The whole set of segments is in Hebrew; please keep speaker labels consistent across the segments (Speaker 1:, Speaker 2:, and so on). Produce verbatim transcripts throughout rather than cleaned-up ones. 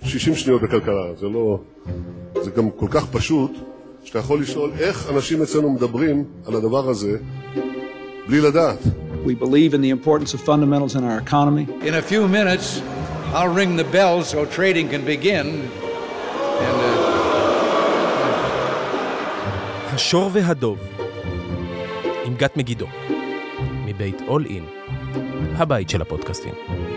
Speaker 1: שישים שניות בכלכלה, זה לא... זה גם כל כך פשוט, שאתה יכול לשאול איך אנשים אצלנו מדברים על הדבר הזה, בלי לדעת.
Speaker 2: We believe in the importance of fundamentals in our economy.
Speaker 3: In a few minutes, I'll ring the bell so trading can begin. And, uh...
Speaker 4: השור והדוב, עם גת מגידו, מבית All In, הבית של הפודקאסטים.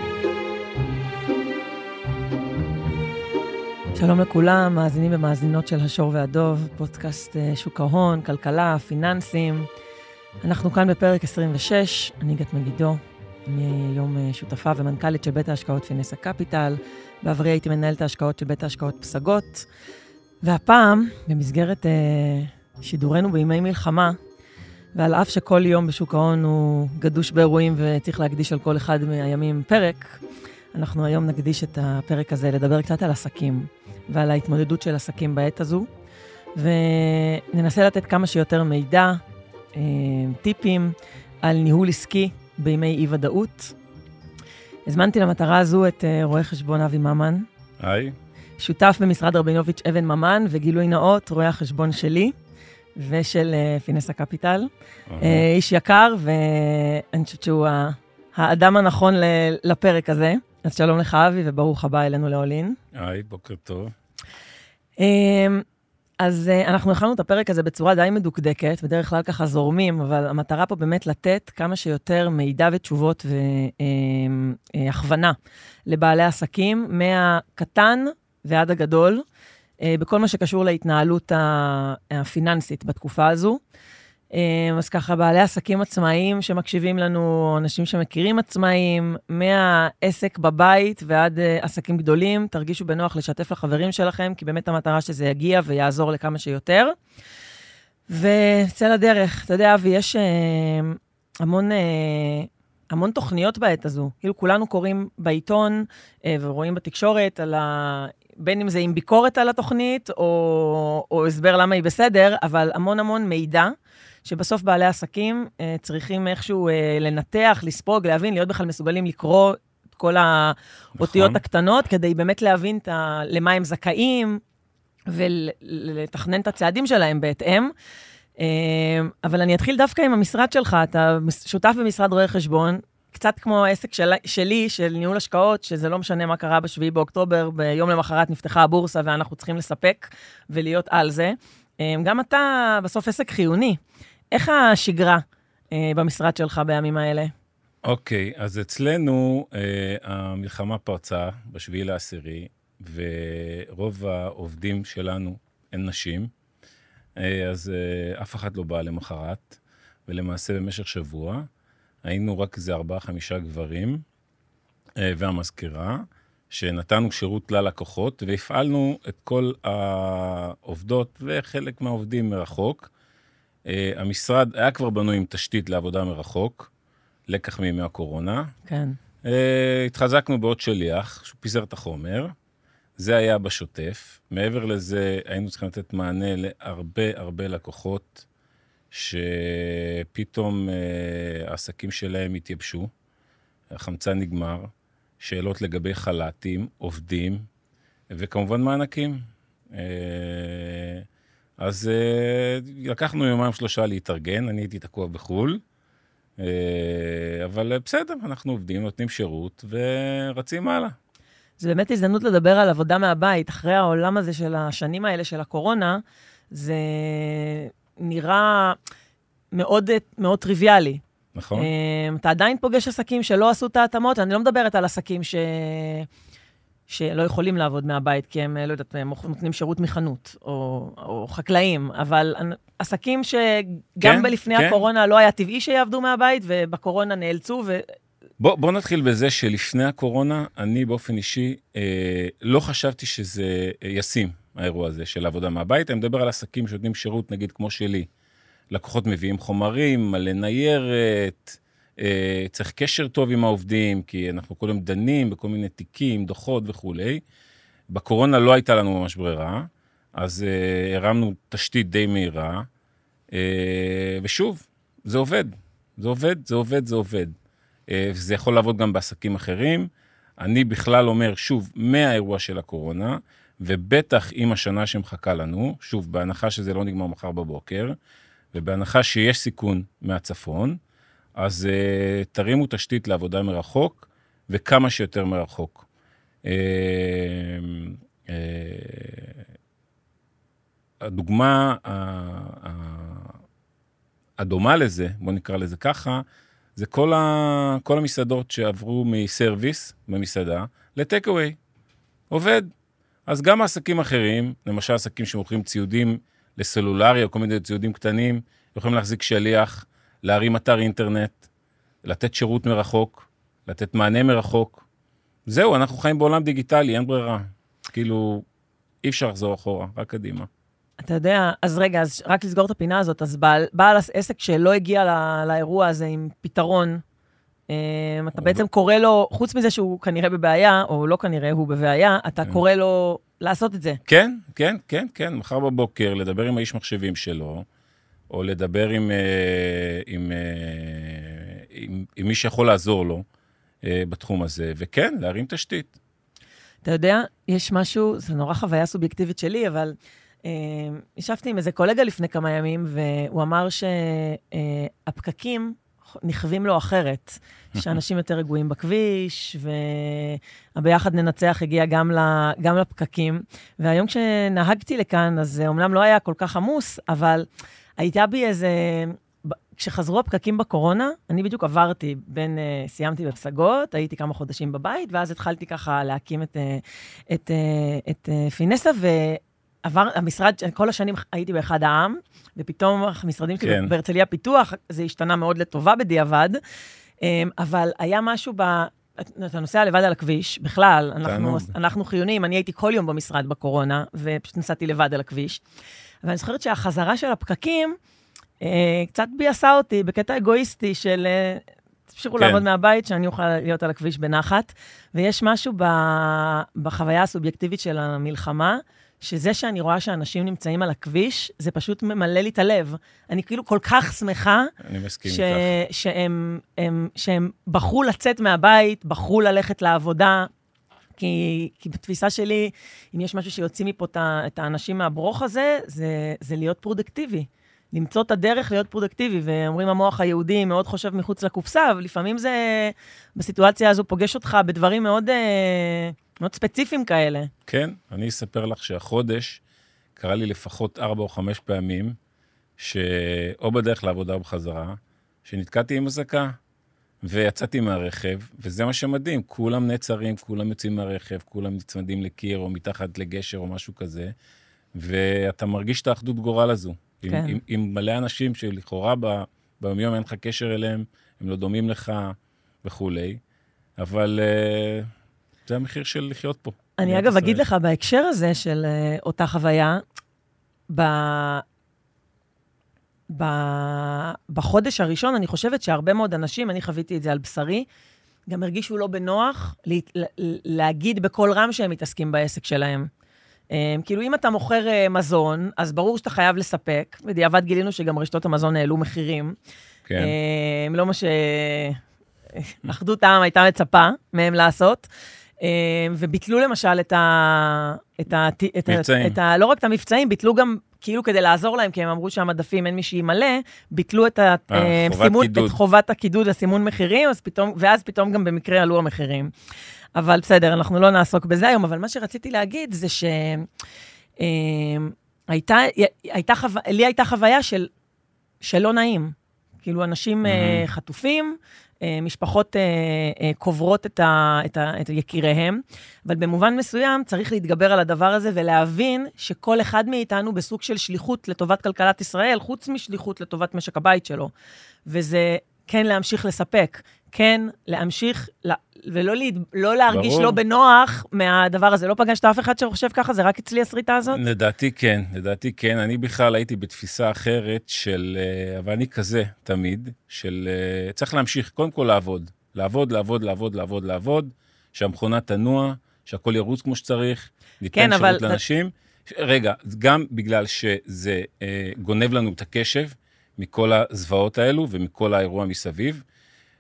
Speaker 5: שלום לכולם, מאזינים ומאזינות של השור והדוב, פודקאסט שוק ההון, כלכלה, פיננסים. אנחנו כאן בפרק עשרים ושש, אני גת מגידו, אני היום שותפה ומנכ"לית של בית ההשקעות פינסה קפיטל, בעברי הייתי מנהלת ההשקעות של בית ההשקעות פסגות, והפעם, במסגרת אה, שידורנו בימי מלחמה, ועל אף שכל יום בשוק ההון הוא גדוש באירועים וצריך להקדיש על כל אחד מהימים פרק, אנחנו היום נקדיש את הפרק הזה לדבר קצת על עסקים, ועל ההתמודדות של עסקים בעת הזו, וננסה לתת כמה שיותר מידע, טיפים על ניהול עסקי בימי אי-ודאות. הזמנתי למטרה הזו את רואה חשבון אבי ממן.
Speaker 6: היי. שותף
Speaker 5: במשרד רבינוביץ' אבן ממן, וגילוי נאות, רואה החשבון שלי ושל פינסה קפיטל. איש יקר, ואני חושבת שהוא האדם הנכון לפרק הזה. אז שלום לך אבי, וברוך הבא אלינו לאולין.
Speaker 6: היי, בוקר טוב.
Speaker 5: אז אנחנו הכנו את הפרק הזה בצורה די מדוקדקת, בדרך כלל ככה זורמים, אבל המטרה פה באמת לתת כמה שיותר מידע ותשובות והכוונה לבעלי עסקים, מהקטן ועד הגדול, בכל מה שקשור להתנהלות הפיננסית בתקופה הזו. אז ככה, בעלי עסקים עצמאיים שמקשיבים לנו, אנשים שמכירים עצמאיים, מהעסק בבית ועד עסקים גדולים, תרגישו בנוח לשתף לחברים שלכם, כי באמת המטרה שזה יגיע ויעזור לכמה שיותר. וצא לדרך, אתה יודע, אבי, יש המון, המון תוכניות בעת הזו. כאילו כולנו קוראים בעיתון ורואים בתקשורת על ה... בין אם זה עם ביקורת על התוכנית, או, או הסבר למה היא בסדר, אבל המון המון מידע, שבסוף בעלי עסקים אה, צריכים איכשהו אה, לנתח, לספוג, להבין, להיות בכלל מסוגלים לקרוא את כל האותיות נכון. הקטנות, כדי באמת להבין את ה, למה הם זכאים, ולתכנן את הצעדים שלהם בהתאם. אה, אבל אני אתחיל דווקא עם המשרד שלך, אתה שותף במשרד רואה חשבון, קצת כמו העסק של, שלי, של ניהול השקעות, שזה לא משנה מה קרה בשביעי באוקטובר, ביום למחרת נפתחה הבורסה, ואנחנו צריכים לספק ולהיות על זה. גם אתה בסוף עסק חיוני. איך השגרה במשרד שלך בימים האלה?
Speaker 6: אוקיי, אז אצלנו המלחמה פרצה בשביעי לעשירי, ורוב העובדים שלנו הן נשים, אז אף אחד לא בא למחרת, ולמעשה במשך שבוע, היינו רק איזה ארבעה, חמישה גברים, והמזכירה, שנתנו שירות ללקוחות, והפעלנו את כל העובדות, וחלק מהעובדים מרחוק. המשרד היה כבר בנוי עם תשתית לעבודה מרחוק, לקח מימי הקורונה.
Speaker 5: כן.
Speaker 6: התחזקנו בעוד שליח, שהוא פיזר את החומר. זה היה בשוטף. מעבר לזה, היינו צריכים לתת מענה להרבה הרבה לקוחות, שפתאום אה, העסקים שלהם התייבשו, החמצן נגמר, שאלות לגבי חלטים, עובדים, וכמובן מענקים. אה, אז אה, לקחנו יומיים שלושה להתארגן, אני הייתי תקוע בחול, אה, אבל בסדר, אנחנו עובדים, נותנים שירות, ורצים הלאה.
Speaker 5: זה באמת הזדמנות לדבר על עבודה מהבית, אחרי העולם הזה של השנים האלה של הקורונה, זה... נראה מאוד, מאוד טריוויאלי.
Speaker 6: נכון.
Speaker 5: אתה עדיין פוגש עסקים שלא עשו את ההתאמות, אני לא מדברת על עסקים ש... שלא יכולים לעבוד מהבית, כי הם, לא יודעת, הם נותנים שירות מחנות, או, או חקלאים, אבל עסקים שגם כן, בלפני כן. הקורונה לא היה טבעי שיעבדו מהבית, ובקורונה נאלצו ו...
Speaker 6: בוא, בוא נתחיל בזה שלפני הקורונה, אני באופן אישי אה, לא חשבתי שזה ישים. האירוע הזה של עבודה מהבית. אני מדבר על עסקים שנותנים שירות, נגיד כמו שלי. לקוחות מביאים חומרים, מלא ניירת, אה, צריך קשר טוב עם העובדים, כי אנחנו קודם דנים בכל מיני תיקים, דוחות וכו'. בקורונה לא הייתה לנו ממש ברירה, אז אה, הרמנו תשתית די מהירה, אה, ושוב, זה עובד. זה עובד, זה עובד, זה עובד. אה, וזה יכול לעבוד גם בעסקים אחרים. אני בכלל אומר, שוב, מהאירוע של הקורונה, ובטח עם השנה שמחכה לנו, שוב, בהנחה שזה לא נגמר מחר בבוקר, ובהנחה שיש סיכון מהצפון, אז uh, תרימו תשתית לעבודה מרחוק, וכמה שיותר מרחוק. Uh, uh, הדוגמה uh, uh, הדומה לזה, בוא נקרא לזה ככה, זה כל, ה, כל המסעדות שעברו מסרוויס במסעדה לטק-אווי. עובד. אז גם העסקים אחרים, למשל עסקים שמוכרים ציודים לסלולרי, או כל מיני ציודים קטנים, יכולים להחזיק שליח, להרים אתר אינטרנט, לתת שירות מרחוק, לתת מענה מרחוק. זהו, אנחנו חיים בעולם דיגיטלי, אין ברירה. כאילו, אי אפשר לחזור אחורה, רק קדימה.
Speaker 5: אתה יודע, אז רגע, אז רק לסגור את הפינה הזאת, אז בעל, בעל עסק שלא הגיע לא, לאירוע הזה עם פתרון, אתה בעצם קורא לו, חוץ מזה שהוא כנראה בבעיה, או לא כנראה, הוא בבעיה, אתה קורא לו לעשות את זה.
Speaker 6: כן, כן, כן, כן. מחר בבוקר, לדבר עם האיש מחשבים שלו, או לדבר עם, עם, עם, עם מי שיכול לעזור לו בתחום הזה, וכן, להרים תשתית.
Speaker 5: אתה יודע, יש משהו, זה נורא חוויה סובייקטיבית שלי, אבל ישבתי עם איזה קולגה לפני כמה ימים, והוא אמר שהפקקים נכווים לו אחרת, שאנשים יותר רגועים בכביש, והביחד ננצח הגיע גם, גם לפקקים. והיום כשנהגתי לכאן, אז אומנם לא היה כל כך עמוס, אבל הייתה בי איזה... כשחזרו הפקקים בקורונה, אני בדיוק עברתי בין, סיימתי בפסגות, הייתי כמה חודשים בבית, ואז התחלתי ככה להקים את, את, את, את פינסה, ועבר, המשרד, כל השנים הייתי באחד העם, ופתאום המשרדים כן. שלי בהרצליה פיתוח, זה השתנה מאוד לטובה בדיעבד, אבל היה משהו ב... אתה נוסע לבד על הכביש, בכלל, אנחנו, אנחנו חיוניים, אני הייתי כל יום במשרד בקורונה, ופשוט נסעתי לבד על הכביש, אבל אני זוכרת שהחזרה של הפקקים, קצת ביאסה אותי, בקטע אגואיסטי של... תמשיכו לעבוד מהבית, שאני אוכל להיות על הכביש בנחת, ויש משהו בחוויה הסובייקטיבית של המלחמה, שזה שאני רואה שאנשים נמצאים על הכביש, זה פשוט ממלא לי את הלב. אני כאילו כל כך שמחה,
Speaker 6: אני מסכים
Speaker 5: ש...
Speaker 6: איתך.
Speaker 5: שהם, הם, שהם בחרו לצאת מהבית, בחרו ללכת לעבודה, כי, כי בתפיסה שלי, אם יש משהו שיוצאים מפה את האנשים מהברוך הזה, זה, זה להיות פרודקטיבי. למצוא את הדרך להיות פרודקטיבי, ואומרים המוח היהודי מאוד חושב מחוץ לקופסה, אבל לפעמים זה, בסיטואציה הזו פוגש אותך בדברים מאוד, מאוד ספציפיים כאלה.
Speaker 6: כן, אני אספר לך שהחודש קרה לי לפחות ארבע או חמש פעמים, שאו בדרך לעבודה או בחזרה, שנתקעתי עם הזקה, ויצאתי מהרכב, וזה מה שמדהים, כולם נעצרים, כולם יוצאים מהרכב, כולם נצמדים לקיר או מתחת לגשר או משהו כזה, ואתה מרגיש את האחדות גורל הזו. עם, כן. עם, עם מלא אנשים שלכאורה ב, ביום אין לך קשר אליהם, הם לא דומים לך וכולי, אבל uh, זה המחיר של לחיות פה.
Speaker 5: אני אגב אגיד לך בהקשר הזה של uh, אותה חוויה, ב, ב, בחודש הראשון אני חושבת שהרבה מאוד אנשים, אני חוויתי את זה על בשרי, גם הרגישו לא בנוח לה, להגיד בכל רם שהם מתעסקים בעסק שלהם. כאילו, אם אתה מוכר מזון, אז ברור שאתה חייב לספק. בדיעבד גילינו שגם רשתות המזון העלו מחירים.
Speaker 6: כן.
Speaker 5: לא מה שאחדות העם הייתה מצפה מהם לעשות. וביטלו למשל את ה... את ה...
Speaker 6: מבצעים.
Speaker 5: את ה... לא רק את המבצעים, ביטלו גם, כאילו כדי לעזור להם, כי הם אמרו שהמדפים אין מי שימלא, ביטלו את ה... סימון, את חובת הקידוד לסימון מחירים, אז פתאום, ואז פתאום גם במקרה עלו המחירים. אבל בסדר, אנחנו לא נעסוק בזה היום, אבל מה שרציתי להגיד זה ש... הייתה, הייתה חו... לי הייתה חוויה של, שלא נעים. כאילו, אנשים mm-hmm. חטופים, משפחות קוברות את, ה... את, ה... את יקיריהם, אבל במובן מסוים צריך להתגבר על הדבר הזה ולהבין שכל אחד מאיתנו בסוג של שליחות לטובת כלכלת ישראל, חוץ משליחות לטובת משק הבית שלו. וזה כן להמשיך לספק, כן להמשיך, ולא לא להרגיש ברור. לא בנוח מהדבר הזה. לא פגשת אף אחד שחושב ככה, זה רק אצלי הסריטה הזאת?
Speaker 6: לדעתי כן, לדעתי כן. אני בכלל הייתי בתפיסה אחרת של, אבל אני כזה תמיד, של צריך להמשיך קודם כל לעבוד. לעבוד, לעבוד, לעבוד, לעבוד, לעבוד, שהמכונה תנוע, שהכל ירוץ כמו שצריך, ניתן כן, שירות אבל... לאנשים. רגע, גם בגלל שזה גונב לנו את הקשב, מכל הזוועות האלו ומכל האירוע מסביב,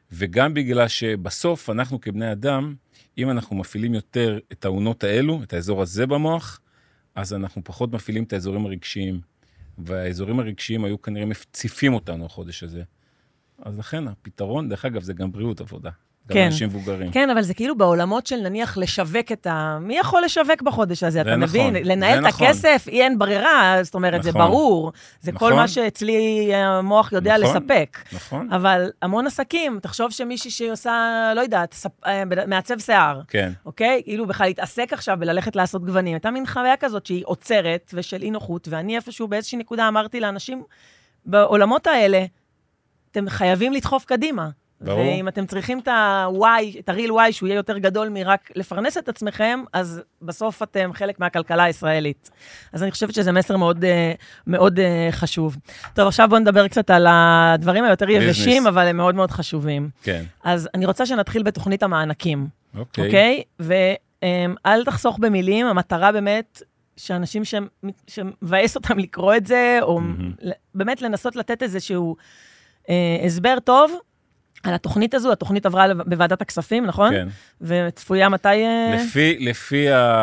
Speaker 6: וגם בגלל שבסוף אנחנו כבני אדם, אם אנחנו מפעילים יותר את העונות האלו, את האזור הזה במוח, אז אנחנו פחות מפעילים את האזורים הרגשיים, והאזורים הרגשיים היו כנראה מפציפים אותנו החודש הזה. אז לכן הפתרון, דרך אגב, זה גם בריאות עבודה. גם
Speaker 5: כן.
Speaker 6: אנשים מבוגרים.
Speaker 5: כן, אבל זה כאילו בעולמות של נניח לשווק את ה... מי יכול לשווק בחודש הזה? אתה מבין?
Speaker 6: נכון,
Speaker 5: לנהל את
Speaker 6: נכון.
Speaker 5: הכסף, אי אין ברירה, זאת אומרת,
Speaker 6: נכון.
Speaker 5: זה ברור. זה
Speaker 6: נכון.
Speaker 5: כל מה שאצלי המוח יודע
Speaker 6: נכון.
Speaker 5: לספק.
Speaker 6: נכון.
Speaker 5: אבל המון עסקים, תחשוב שמישהי שעושה, לא יודעת, ספ... מעצב שיער.
Speaker 6: כן.
Speaker 5: אוקיי? כאילו בכלל להתעסק עכשיו בללכת לעשות גוונים. הייתה מין חוויה כזאת שהיא עוצרת ושל אי נוחות, ואני איפשהו באיזושהי נקודה אמרתי לאנשים, בעולמות האלה, אתם חייבים לדחוף קדימה.
Speaker 6: ברור.
Speaker 5: ואם אתם צריכים את ה-Y, את ה-real Y, שהוא יהיה יותר גדול מרק לפרנס את עצמכם, אז בסוף אתם חלק מהכלכלה הישראלית. אז אני חושבת שזה מסר מאוד, מאוד חשוב. טוב, עכשיו בואו נדבר קצת על הדברים היותר יבשים, אבל הם מאוד מאוד חשובים. כן. אז אני רוצה שנתחיל בתוכנית המענקים.
Speaker 6: אוקיי.
Speaker 5: אוקיי? ואל תחסוך במילים, המטרה באמת, שאנשים שמבאס אותם לקרוא את זה, או באמת לנסות לתת איזשהו הסבר טוב, על התוכנית הזו, התוכנית עברה בוועדת הכספים, נכון?
Speaker 6: כן.
Speaker 5: וצפויה מתי...
Speaker 6: לפי, לפי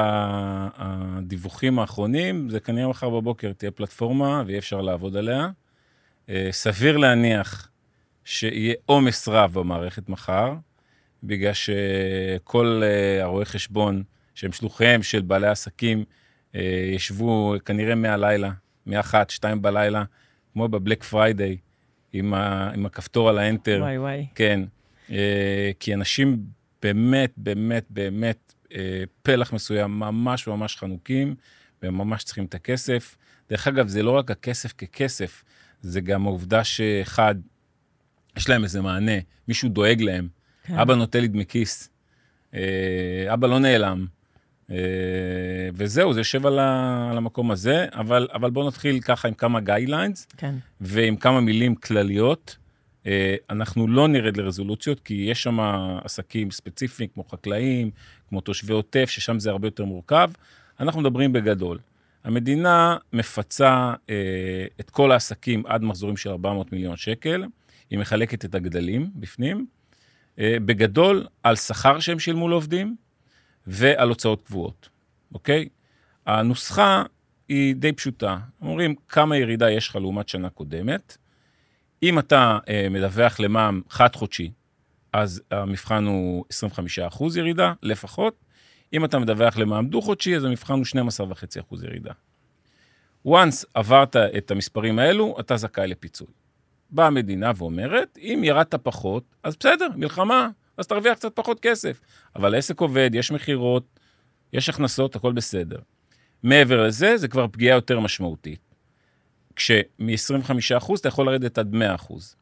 Speaker 6: הדיווחים האחרונים, זה כנראה מחר בבוקר תהיה פלטפורמה, ויהיה אפשר לעבוד עליה. סביר להניח שיהיה עומס רב במערכת מחר, בגלל שכל הרואי חשבון, שהם שלוחיהם של בעלי עסקים, ישבו כנראה מהלילה, מאחת, שתיים בלילה, כמו בבלק פריידיי, עם, ה, עם הכפתור על האנטר.
Speaker 5: וואי וואי.
Speaker 6: כן. אה, כי אנשים באמת, באמת, באמת, אה, פלח מסוים, ממש ממש חנוקים, והם ממש צריכים את הכסף. דרך אגב, זה לא רק הכסף ככסף, זה גם העובדה שאחד, יש להם איזה מענה, מישהו דואג להם, כן. אבא נוטה לי דמי כיס, אה, אבא לא נעלם, אה, וזהו, זה יושב על, ה, על המקום הזה, אבל, אבל בואו נתחיל ככה עם כמה guidelines, כן. ועם כמה מילים כלליות. אה, אנחנו לא נרד לרזולוציות, כי יש שם עסקים ספציפיים, כמו חקלאים, כמו תושבי עוטף, ששם זה הרבה יותר מורכב. אנחנו מדברים בגדול. המדינה מפצה אה, את כל העסקים עד מחזורים של ארבע מאות מיליון שקל, היא מחלקת את הגדלים בפנים, אה, בגדול על שכר שהם שילמו לעובדים, ועל הוצאות קבועות, אוקיי? הנוסחה היא די פשוטה. אומרים כמה ירידה יש לך לעומת שנה קודמת. אם אתה אה, מדווח למע"מ חד חודשי, אז המבחן הוא עשרים וחמישה אחוז ירידה לפחות. אם אתה מדווח למע"מ דו חודשי, אז המבחן הוא שנים עשר נקודה חמש אחוז ירידה. once עברת את המספרים האלו, אתה זכאי לפיצוי. באה המדינה ואומרת, אם ירדת פחות, אז בסדר, מלחמה, אז תרוויח קצת פחות כסף. אבל העסק עובד, יש מחירות, יש הכנסות, הכל בסדר. מעבר לזה, זה כבר פגיעה יותר משמעותית. כשמ-עשרים וחמישה אחוז אתה יכול לרדת עד מאה אחוז.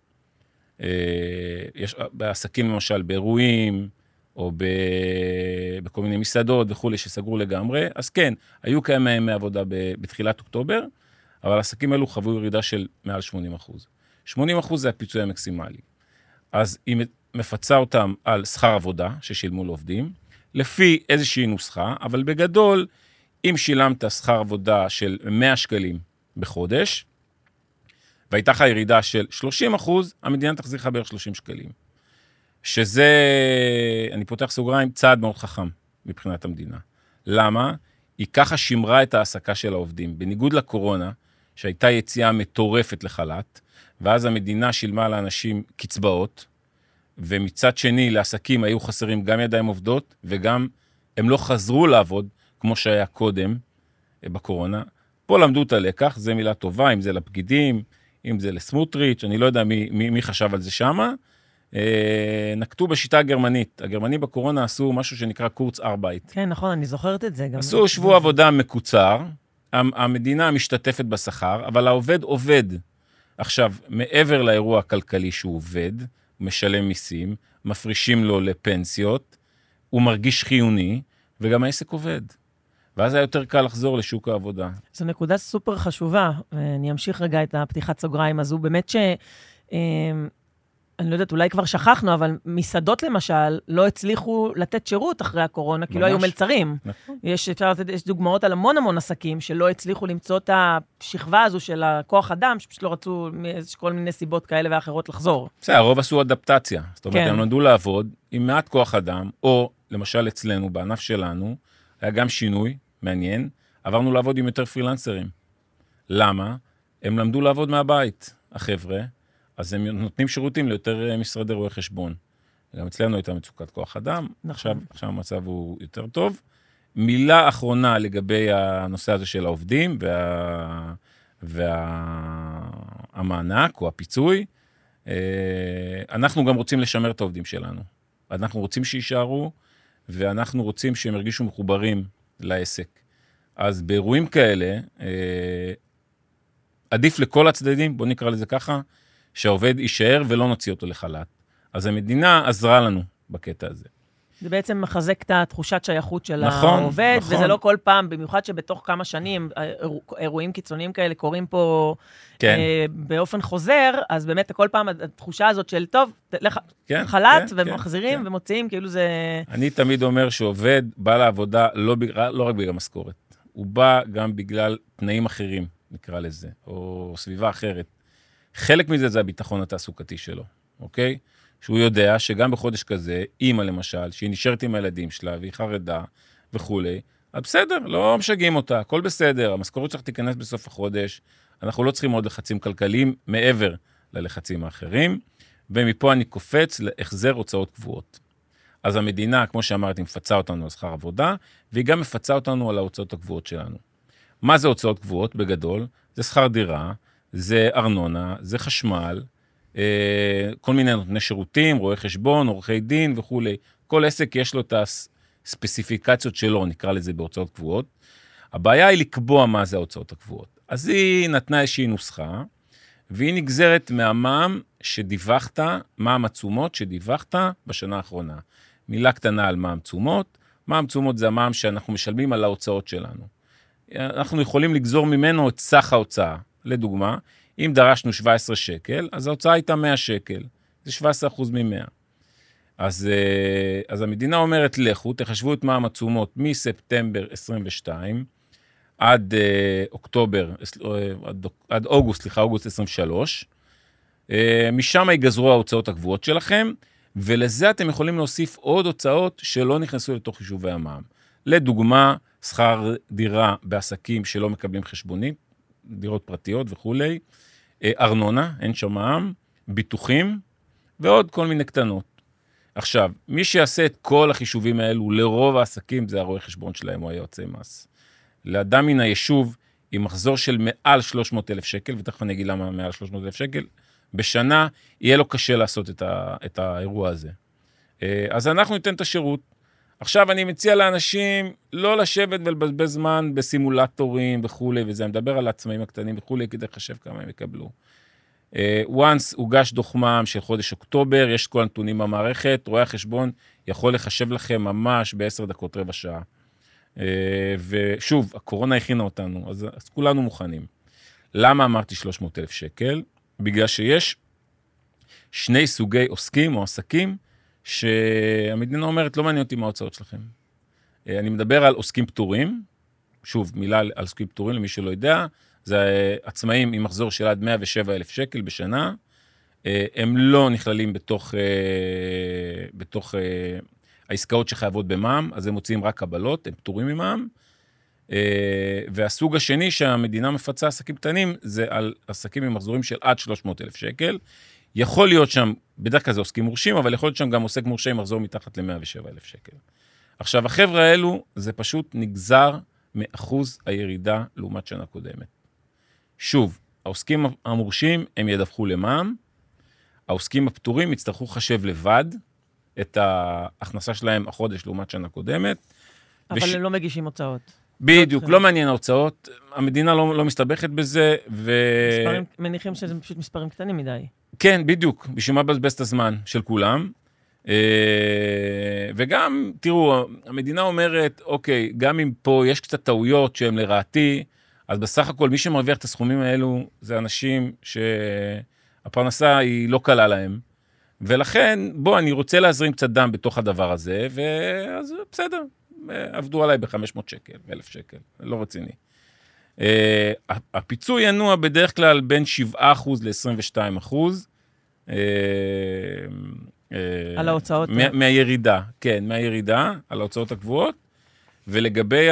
Speaker 6: יש בעסקים למשל, באירועים, או ב... בכל מיני מסעדות וכו' שסגרו לגמרי, אז כן, היו כמה ימי עבודה בתחילת אוקטובר, אבל העסקים האלו חוו ירידה של מעל שמונים אחוז. שמונים אחוז זה הפיצוי המקסימלי. אז היא מפצה אותם על שכר עבודה ששילמו לעובדים, לפי איזושהי נוסחה, אבל בגדול, אם שילמת שכר עבודה של מאה שקלים בחודש, והייתה לך ירידה של שלושים אחוז, המדינה תחזיר לך בערך שלושים שקלים. שזה, אני פותח סוגריים, צעד מאוד חכם מבחינת המדינה. למה? היא ככה שימרה את העסקה של העובדים. בניגוד לקורונה, שהייתה יציאה מטורפת לחל"ת, ואז המדינה שילמה לאנשים קצבאות, ומצד שני לעסקים היו חסרים גם ידיים עובדות, וגם הם לא חזרו לעבוד, כמו שהיה קודם בקורונה. פה למדו את הלקח, זה מילה טובה, אם זה לפקידים, אם זה לסמוטריץ', אני לא יודע מי, מי, מי חשב על זה שמה, נקטו בשיטה הגרמנית. הגרמנים בקורונה עשו משהו שנקרא קורץ ארבייט.
Speaker 5: כן, נכון, אני זוכרת את זה. גם
Speaker 6: עשו שבוע עבודה מקוצר, המדינה משתתפת בשכר, אבל העובד עובד. עכשיו, מעבר לאירוע הכלכלי שהוא עובד, הוא משלם מיסים, מפרישים לו לפנסיות, הוא מרגיש חיוני, וגם העסק עובד. ואז היה יותר קל לחזור לשוק העבודה.
Speaker 5: זו נקודה סופר חשובה, ואני אמשיך רגע את הפתיחת סוגריים הזו. באמת ש... אני לא יודעת, אולי כבר שכחנו, אבל מסעדות למשל, לא הצליחו לתת שירות אחרי הקורונה, כי לא היו מלצרים. נכון. יש, אפשר לתת, יש דוגמאות על המון המון עסקים, שלא הצליחו למצוא את השכבה הזו של הכוח אדם, שפשוט לא רצו כל מיני סיבות כאלה ואחרות לחזור.
Speaker 6: בסדר, הרוב עשו אדפטציה. זאת אומרת, הם למדו לעבוד עם מעט כוח אדם, או למשל אצלנו, בענף שלנו, היה גם שינוי מעניין, עברנו לעבוד עם יותר פרילנסרים. למה? הם למדו לעבוד מהבית, החבר'ה, אז הם נותנים שירותים ליותר משרדי רואי חשבון. גם אצלנו הייתה מצוקת כוח אדם, נכון. עכשיו, עכשיו המצב הוא יותר טוב. מילה אחרונה לגבי הנושא הזה של העובדים, וה, והמענק או הפיצוי, אנחנו גם רוצים לשמר את העובדים שלנו. אנחנו רוצים שישארו, ואנחנו רוצים שהם ירגישו מחוברים לעסק. אז באירועים כאלה, עדיף לכל הצדדים, בוא נקרא לזה ככה, שהעובד יישאר ולא נוציא אותו לחל"ת. אז המדינה עזרה לנו בקטע הזה.
Speaker 5: זה בעצם מחזק את התחושת שייכות של
Speaker 6: נכון,
Speaker 5: העובד,
Speaker 6: נכון.
Speaker 5: וזה לא כל פעם, במיוחד שבתוך כמה שנים, אירועים קיצוניים כאלה קורים פה
Speaker 6: כן.
Speaker 5: אה, באופן חוזר, אז באמת כל פעם התחושה הזאת של, טוב, לך
Speaker 6: כן,
Speaker 5: חל"ת,
Speaker 6: כן,
Speaker 5: ומחזירים
Speaker 6: כן.
Speaker 5: ומוציאים, כאילו זה...
Speaker 6: אני תמיד אומר שעובד בא לעבודה לא, לא רק בגלל משכורת, הוא בא גם בגלל תנאים אחרים, נקרא לזה, או סביבה אחרת. חלק מזה זה הביטחון התעסוקתי שלו, אוקיי? שהוא יודע שגם בחודש כזה, אמא למשל, שהיא נשארת עם הילדים שלה, והיא חרדה וכולי, אז בסדר, לא משגעים אותה, הכל בסדר, המשכורת צריך תיכנס בסוף החודש, אנחנו לא צריכים עוד לחצים כלכליים מעבר ללחצים האחרים, ומפה אני קופץ להחזר הוצאות קבועות. אז המדינה, כמו שאמרתי, מפצה אותנו על שכר עבודה, והיא גם מפצה אותנו על ההוצאות הקבועות שלנו. מה זה הוצאות קבועות בגדול? זה שכר דירה, זה ארנונה, זה חשמל, כל מיני נותני שירותים, רואי חשבון, עורכי דין וכו'. כל עסק יש לו את הספציפיקציות שלו, נקרא לזה בהוצאות קבועות. הבעיה היא לקבוע מה זה ההוצאות הקבועות. אז היא נתנה איזושהי נוסחה, והיא נגזרת מהמע"מ שדיווחת, מע"מ התשומות שדיווחת בשנה האחרונה. מילה קטנה על מע"מ תשומות. מע"מ תשומות זה המע"מ שאנחנו משלמים על ההוצאות שלנו. אנחנו יכולים לגזור ממנו את סך ההוצאה. לדוגמה, אם דרשנו שבע עשרה שקל, אז ההוצאה הייתה מאה שקל. זה שבע עשרה אחוז מ-מאה. אז, אז המדינה אומרת, לכו, תחשבו את מע"מ התשומות מספטמבר עשרים ושתיים עד אוקטובר, עד, עד אוגוסט, סליחה, אוגוסט עשרים ושלוש. משם ייגזרו ההוצאות הקבועות שלכם, ולזה אתם יכולים להוסיף עוד הוצאות שלא נכנסו לתוך חישובי המע"מ. לדוגמה, שכר דירה בעסקים שלא מקבלים חשבונית, דירות פרטיות וכולי, ארנונה, אין שם מע"מ, ביטוחים, ועוד כל מיני קטנות. עכשיו, מי שיעשה את כל החישובים האלו, לרוב העסקים, זה הרואה חשבון שלהם, או היועצי מס. לאדם מן היישוב, עם מחזור של מעל שלוש מאות אלף שקל, ותכף אני אגיד למה מעל שלוש מאות אלף שקל, בשנה, יהיה לו קשה לעשות את, ה, את האירוע הזה. אז אנחנו ניתן את השירות. עכשיו אני מציע לאנשים לא לשבת ולבזבז זמן בסימולטורים וכו', וזה מדבר על העצמאים הקטנים וכו', כדי לחשב כמה הם יקבלו. once הוגש דוח מע"מ של חודש אוקטובר, יש כל הנתונים במערכת, רואה החשבון יכול לחשב לכם ממש בעשר דקות רבע שעה. ושוב, הקורונה הכינה אותנו, אז, אז כולנו מוכנים. למה אמרתי שלוש מאות אלף שקל? בגלל שיש שני סוגי עוסקים או עסקים, שהמדינה אומרת, לא מעניין אותי מה ההוצאות שלכם. אני מדבר על עוסקים פטורים, שוב, מילה על עוסקים פטורים, למי שלא יודע, זה עצמאים עם מחזור של עד מאה ושבע אלף שקל בשנה, הם לא נכללים בתוך, בתוך העסקאות שחייבות במע"מ, אז הם מוציאים רק קבלות, הם פטורים ממע"מ, והסוג השני שהמדינה מפצה עסקים קטנים, זה על עסקים עם מחזורים של עד שלוש מאות אלף שקל, יכול להיות שם, בדרך כלל זה עוסקים מורשים, אבל יכול להיות שם גם עוסק מורשה עם מחזור מתחת ל-מאה ושבע אלף שקל. עכשיו, החבר'ה האלו, זה פשוט נגזר מאחוז הירידה לעומת שנה קודמת. שוב, העוסקים המורשים, הם ידווחו למע"מ, העוסקים הפטורים יצטרכו חשב לבד את ההכנסה שלהם החודש לעומת שנה קודמת.
Speaker 5: אבל וש... הם לא מגישים הוצאות.
Speaker 6: בדיוק, לא מעניין ההוצאות, המדינה לא, לא מסתבכת בזה, ו...
Speaker 5: מספרים, מניחים שזה פשוט מספרים קטנים מדי.
Speaker 6: כן, בדיוק, בשביל מה בזבז את הזמן של כולם. וגם, תראו, המדינה אומרת, אוקיי, גם אם פה יש קצת טעויות שהן לרעתי, אז בסך הכל מי שמרוויח את הסכומים האלו, זה אנשים שהפרנסה היא לא קלה להם, ולכן, בוא, אני רוצה להזרים קצת דם בתוך הדבר הזה, ואז בסדר, עבדו עליי ב-חמש מאות שקל, אלף שקל, לא רציני. הפיצוי ינוע בדרך כלל בין שבעה אחוז ל-עשרים ושתיים אחוז.
Speaker 5: על ההוצאות.
Speaker 6: מהירידה, כן, מהירידה, על ההוצאות הקבועות, ולגבי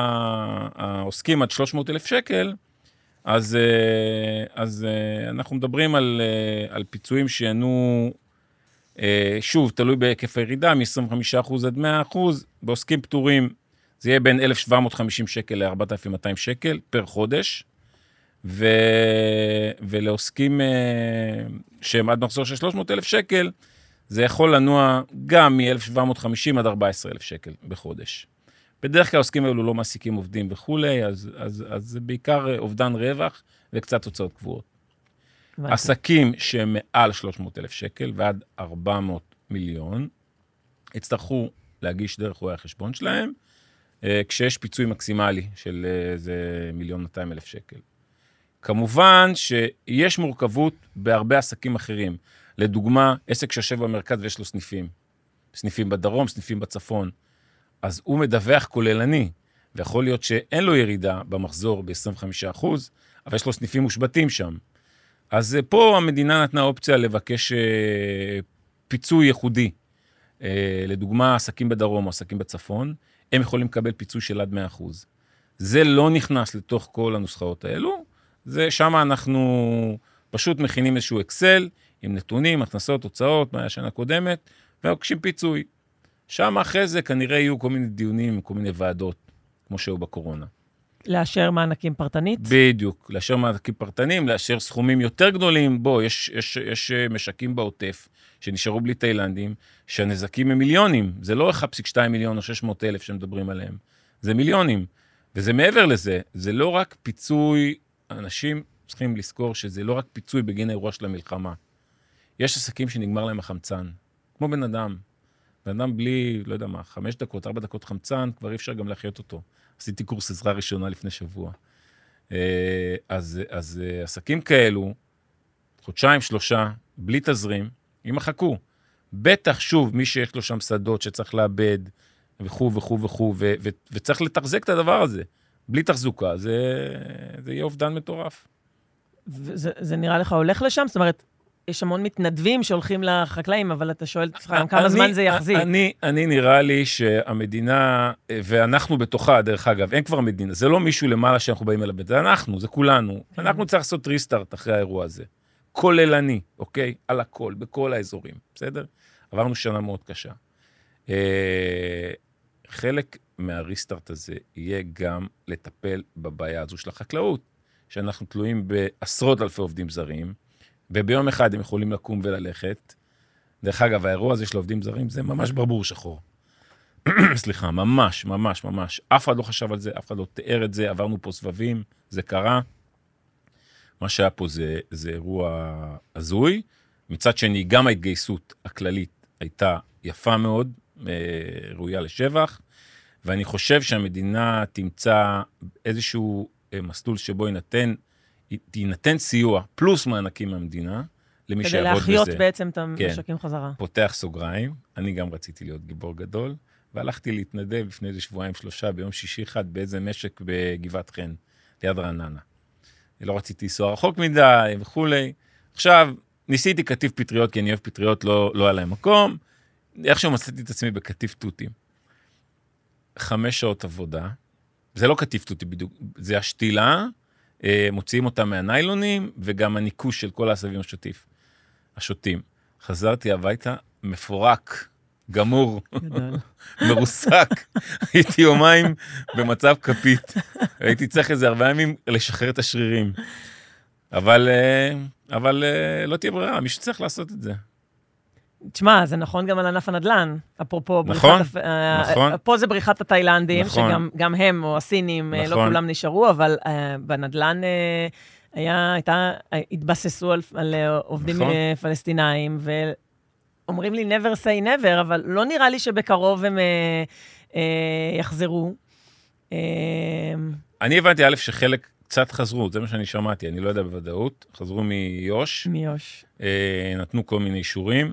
Speaker 6: העוסקים עד שלוש מאות אלף שקל, אז, אז אנחנו מדברים על, על פיצויים שינו, שוב, תלוי בהיקף הירידה, מ-עשרים וחמישה אחוז עד מאה אחוז, בעוסקים פטורים, זה יהיה בין אלף שבע מאות וחמישים שקל ל-ארבעת אלפים מאתיים שקל פר חודש, ו... ולעוסקים שהם עד מחזור של שלוש מאות אלף שקל, זה יכול לנוע גם מ-אלף שבע מאות וחמישים עד ארבעה עשר אלף שקל בחודש. בדרך כלל העוסקים האלו לא מעסיקים עובדים וכולי, אז, אז, אז זה בעיקר אובדן רווח וקצת הוצאות קבועות. עסקים שהם מעל שלוש מאות אלף שקל ועד ארבע מאות מיליון, יצטרכו להגיש דרך רואי החשבון שלהם, כשיש פיצוי מקסימלי של איזה מיליון מאתיים אלף שקל. כמובן שיש מורכבות בהרבה עסקים אחרים. לדוגמה, עסק שיושב במרכז ויש לו סניפים. סניפים בדרום, סניפים בצפון. אז הוא מדווח כוללני, ויכול להיות שאין לו ירידה במחזור ב-עשרים וחמישה אחוז, אבל יש לו סניפים מושבתים שם. אז פה המדינה נתנה אופציה לבקש פיצוי ייחודי. לדוגמה, עסקים בדרום או עסקים בצפון, הם יכולים לקבל פיצוי של עד מאה אחוז. זה לא נכנס לתוך כל הנוסחאות האלו, זה שם אנחנו פשוט מכינים איזשהו אקסל, עם נתונים, הכנסות, הוצאות, מה היה שנה קודמת, ומבקשים פיצוי. שם אחרי זה כנראה יהיו כל מיני דיונים, כל מיני ועדות, כמו שהיו בקורונה.
Speaker 5: לאשר מענקים פרטנית?
Speaker 6: בדיוק, לאשר מענקים פרטניים, לאשר סכומים יותר גדולים. בוא, יש, יש, יש משקים בעוטף שנשארו בלי תאילנדים, שהנזקים הם מיליונים. זה לא אחד נקודה שתיים מיליון או שש מאות אלף שמדברים עליהם. זה מיליונים. וזה מעבר לזה. זה לא רק פיצוי, אנשים צריכים לזכור שזה לא רק פיצוי בגין האירוע של המלחמה. יש עסקים שנגמר להם החמצן. כמו בן אדם. בן אדם בלי, לא יודע מה, חמש דקות, ארבע דקות חמצן, כבר אי אפשר גם להחיות אותו. עשיתי קורס עזרה ראשונה לפני שבוע. אז, אז עסקים כאלו, חודשיים, שלושה, בלי תזרים, ימחקו. בטח שוב, מי שיש לו שם שדות שצריך לאבד, וכו' וכו' וכו', ו- ו- וצריך לתחזק את הדבר הזה. בלי תחזוקה, זה, זה יהיה אובדן מטורף.
Speaker 5: וזה, זה נראה לך הולך לשם? זאת אומרת, יש המון מתנדבים שהולכים לחקלאים, אבל אתה שואל את כמה אני, זמן זה יחזיק.
Speaker 6: אני, אני נראה לי שהמדינה, ואנחנו בתוכה, דרך אגב, אין כבר מדינה, זה לא מישהו למעלה שאנחנו באים אליו, זה אנחנו, זה כולנו. אנחנו צריך לעשות ריסטארט אחרי האירוע הזה. כוללני, אוקיי? על הכל, בכל האזורים, בסדר? עברנו שנה מאוד קשה. חלק מהריסטארט הזה יהיה גם לטפל בבעיה הזו של החקלאות, שאנחנו תלויים בעשרות אלפי עובדים זרים, וביום אחד הם יכולים לקום וללכת. דרך אגב, האירוע הזה של עובדים זרים, זה ממש ברבור שחור. סליחה, ממש, ממש, ממש. אף אחד לא חשב על זה, אף אחד לא תיאר את זה, עברנו פה סבבים, זה קרה. מה שהיה פה זה, זה אירוע הזוי. מצד שני, גם ההתגייסות הכללית הייתה יפה מאוד, ראויה לשבח, ואני חושב שהמדינה תמצא איזשהו מסלול שבו ינתן, תינתן סיוע, פלוס מענקים מהמדינה, למי שיעבוד בזה.
Speaker 5: כדי להחיות בעצם את המשקים חזרה.
Speaker 6: פותח סוגריים, אני גם רציתי להיות גיבור גדול, והלכתי להתנדב לפני איזה שבועיים שלושה, ביום שישי אחד, באיזה משק בגבעת חן, ליד רעננה. לא רציתי לנסוע רחוק מדי וכולי. עכשיו, ניסיתי כתיב פטריות, כי אני אוהב פטריות, לא, לא היה להם מקום. איכשהו מצאתי את עצמי בכתיב תותים. חמש שעות עבודה, זה לא כתיב תותי בדיוק, זה השתילה, מוציאים אותה מהניילונים, וגם הניקוש של כל העשבים השוטיף, השוטים. חזרתי הביתה, מפורק, גמור, מרוסק. הייתי יומיים במצב כפית. הייתי צריך איזה ארבעה ימים לשחרר את השרירים. אבל, אבל לא תהיה ברירה, מישהו צריך לעשות את זה.
Speaker 5: תשמע, זה נכון גם על ענף הנדל"ן, אפרופו
Speaker 6: נכון,
Speaker 5: בריחת,
Speaker 6: נכון.
Speaker 5: פה זה בריחת התאילנדים,
Speaker 6: נכון.
Speaker 5: שגם גם הם או הסינים,
Speaker 6: נכון.
Speaker 5: לא כולם נשארו, אבל uh, בנדל"ן uh, היה, הייתה, התבססו על, על עובדים נכון. פלסטינאים, ואומרים לי never say never, אבל לא נראה לי שבקרוב הם uh, uh, יחזרו. Uh,
Speaker 6: אני הבנתי א' שחלק קצת חזרו, זה מה שאני שמעתי, אני לא יודע בוודאות, חזרו מיוש.
Speaker 5: מיוש.
Speaker 6: נתנו כל מיני אישורים,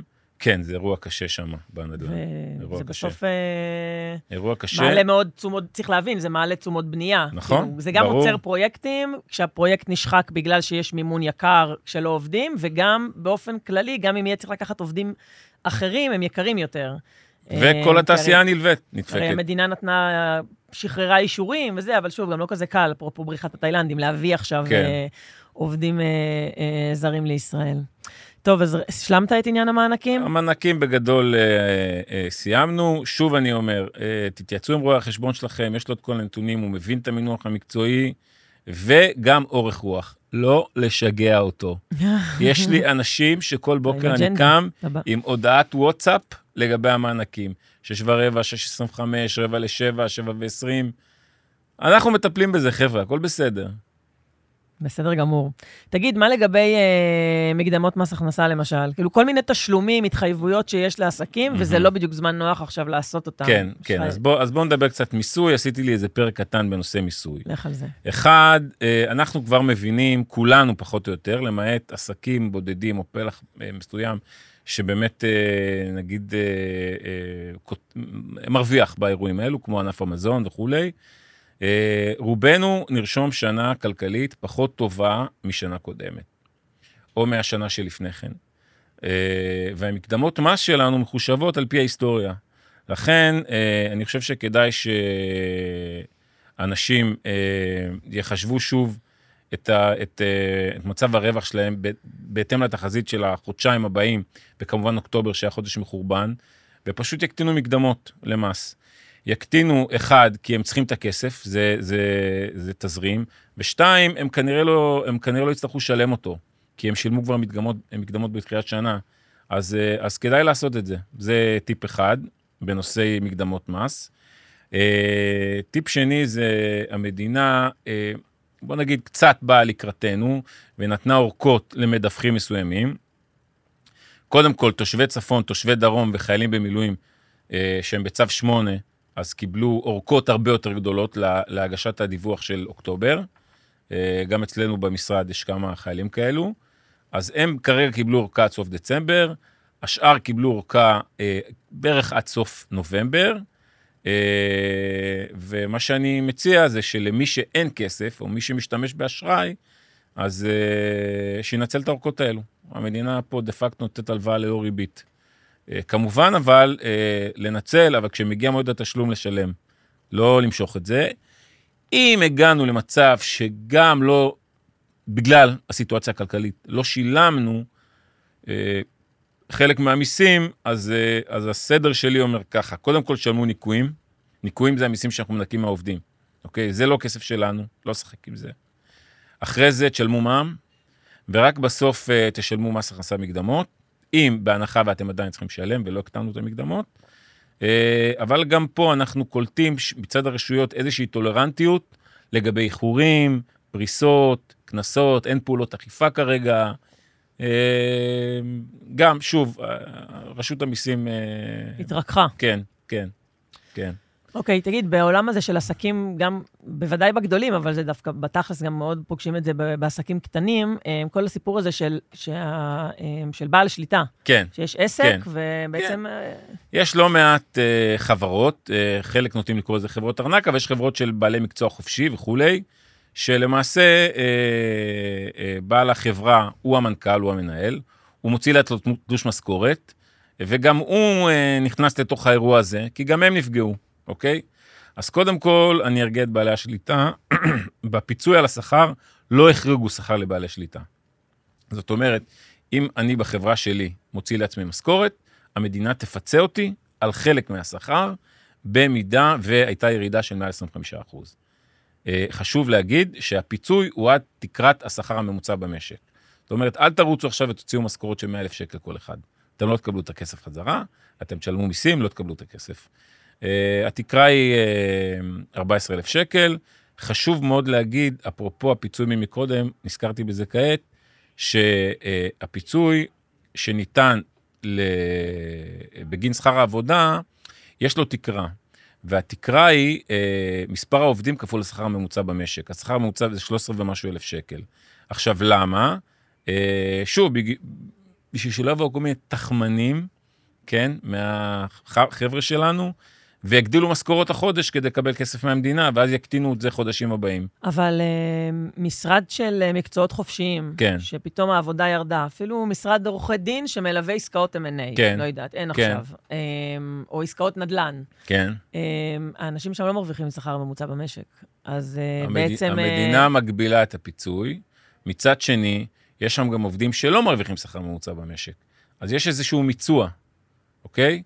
Speaker 6: כן, זה אירוע קשה שם, בנדל"ן.
Speaker 5: וזה בסוף...
Speaker 6: אירוע קשה.
Speaker 5: מעלה מאוד תשומות, צריך להבין, זה מעלה תשומות בנייה.
Speaker 6: נכון,
Speaker 5: זה גם עוצר פרויקטים, כשהפרויקט נשחק בגלל שיש מימון יקר כשלא עובדים, וגם באופן כללי, גם אם יהיה צריך לקחת עובדים אחרים, הם יקרים יותר.
Speaker 6: וכל התעשייה הנלווית נדפקת.
Speaker 5: הרי המדינה נתנה, שחררה אישורים וזה, אבל שוב, גם לא כזה קל, אפרופו בריחת התאילנדים, להביא עכשיו עובדים זרים לישראל. טוב, אז השלמת את עניין המענקים?
Speaker 6: המענקים בגדול אה, אה, סיימנו. שוב אני אומר, אה, תתייצאו עם רואה החשבון שלכם, יש לו את כל הנתונים, הוא מבין את המינוח המקצועי, וגם אורך רוח. לא לשגע אותו. יש לי אנשים שכל בוקר אני קם עם הודעת וואטסאפ לגבי המענקים. שש ורבע, שש עשרים וחמש, רבע לשבע, שבע ועשרים. אנחנו מטפלים בזה, חבר'ה, הכל בסדר.
Speaker 5: בסדר גמור. תגיד, מה לגבי אה, מקדמות מס הכנסה למשל? כאילו כל מיני תשלומים, התחייבויות שיש לעסקים, mm-hmm. וזה לא בדיוק זמן נוח עכשיו לעשות אותם.
Speaker 6: כן, כן. אז בוא, אז בוא נדבר קצת מיסוי. עשיתי לי איזה פרק קטן בנושא מיסוי.
Speaker 5: לך על זה. אחד,
Speaker 6: אה, אנחנו כבר מבינים, כולנו פחות או יותר, למעט עסקים בודדים או פלח אה, מסוים, שבאמת, אה, נגיד, אה, אה, מרוויח באירועים האלו, כמו ענף המזון וכולי. רובנו נרשום שנה כלכלית פחות טובה משנה קודמת, או מהשנה שלפני כן. והמקדמות מס שלנו מחושבות על פי ההיסטוריה. לכן, אני חושב שכדאי שאנשים יחשבו שוב את, ה, את, את מצב הרווח שלהם בהתאם לתחזית של החודשיים הבאים, וכמובן אוקטובר שהיה חודש מחורבן, ופשוט יקטינו מקדמות למס. יקטינו אחד, כי הם צריכים את הכסף, זה, זה, זה תזרים, ושתיים, הם כנראה לא, הם כנראה לא יצטרכו לשלם אותו, כי הם שילמו כבר מקדמות, מקדמות בתחילת שנה, אז, אז כדאי לעשות את זה. זה טיפ אחד, בנושא מקדמות מס. טיפ שני זה המדינה, בוא נגיד, קצת באה לקראתנו, ונתנה אורכות למדווחים מסוימים. קודם כל, תושבי צפון, תושבי דרום וחיילים במילואים, שהם בצו שמונה, אז קיבלו אורכות הרבה יותר גדולות להגשת הדיווח של אוקטובר. גם אצלנו במשרד יש כמה חיילים כאלו. אז הם כרגע קיבלו אורכה עד סוף דצמבר, השאר קיבלו אורכה בערך עד סוף נובמבר, ומה שאני מציע זה שלמי שאין כסף, או מי שמשתמש באשראי, אז שינצל את האורכות האלו. המדינה פה דה פקט נותנת הלוואה ללא ריבית. כמובן, אבל לנצל, אבל כשמגיע מועד התשלום לשלם, לא למשוך את זה. אם הגענו למצב שגם לא, בגלל הסיטואציה הכלכלית, לא שילמנו חלק מהמיסים, אז, אז הסדר שלי אומר ככה, קודם כל שלמו ניקויים, ניקויים זה המיסים שאנחנו מנקים מהעובדים, אוקיי? זה לא כסף שלנו, לא שחק עם זה. אחרי זה תשלמו מע"מ, ורק בסוף תשלמו מס הכנסה מקדמות, אם בהנחה ואתם עדיין צריכים לשלם, ולא הקטנו את המקדמות, אבל גם פה אנחנו קולטים מצד הרשויות איזושהי טולרנטיות, לגבי איחורים, פריסות, כנסות, אין פעולות אכיפה כרגע, גם, שוב, רשות המיסים...
Speaker 5: התרככה.
Speaker 6: כן, כן, כן.
Speaker 5: אוקיי, תגיד, בעולם הזה של עסקים, גם בוודאי בגדולים, אבל זה דווקא בתכלס גם מאוד פוגשים את זה בעסקים קטנים, כל הסיפור הזה של, שה, של בעל שליטה.
Speaker 6: כן.
Speaker 5: שיש עסק, כן. ובעצם... כן.
Speaker 6: יש לא מעט uh, חברות, uh, חלק נוטים לקרוא לזה חברות ארנק, אבל יש חברות של בעלי מקצוע חופשי וכולי, שלמעשה uh, uh, בעל החברה הוא המנכ"ל, הוא המנהל, הוא מוציא לה את תלוש משכורת, וגם הוא uh, נכנס לתוך האירוע הזה, כי גם הם נפגעו. אוקיי? אז קודם כל, אני ארגיע את בעלי השליטה, בפיצוי על השכר, לא החריגו שכר לבעלי שליטה. זאת אומרת, אם אני בחברה שלי מוציא לעצמי משכורת, המדינה תפצה אותי על חלק מהשכר, במידה והייתה ירידה של מעל עשרים וחמישה אחוז. חשוב להגיד שהפיצוי הוא עד תקרת השכר הממוצע במשק. זאת אומרת, אל תרוצו עכשיו ותוציאו משכורות של מאה אלף שקל כל אחד. אתם לא תקבלו את הכסף חזרה, אתם תשלמו מיסים, לא תקבלו את הכסף. Uh, התקרה היא uh, ארבעה עשר אלף שקל, חשוב מאוד להגיד, אפרופו הפיצוי ממקודם, נזכרתי בזה כעת, שהפיצוי שניתן בגין שכר העבודה, יש לו תקרה, והתקרה היא uh, מספר העובדים כפול לשכר הממוצע במשק, השכר הממוצע זה שלוש עשרה ומשהו אלף שקל. עכשיו למה? Uh, שוב, בשביל שלא יבואו כל מיני תחמנים, כן, מהחבר'ה שלנו, ויגדילו משכורות החודש כדי לקבל כסף מהמדינה, ואז יקטינו את זה חודשים הבאים.
Speaker 5: אבל uh, משרד של uh, מקצועות חופשיים,
Speaker 6: כן.
Speaker 5: שפתאום העבודה ירדה, אפילו משרד עורכי דין שמלווה עסקאות אם אנד איי,
Speaker 6: כן.
Speaker 5: לא יודעת, אין
Speaker 6: כן.
Speaker 5: עכשיו, um, או עסקאות נדל"ן.
Speaker 6: כן.
Speaker 5: Um, האנשים שם לא מרוויחים שכר ממוצע במשק. אז uh,
Speaker 6: המד...
Speaker 5: בעצם...
Speaker 6: המדינה uh... מגבילה את הפיצוי, מצד שני, יש שם גם עובדים שלא מרוויחים שכר ממוצע במשק. אז יש איזשהו מיצוע, אוקיי?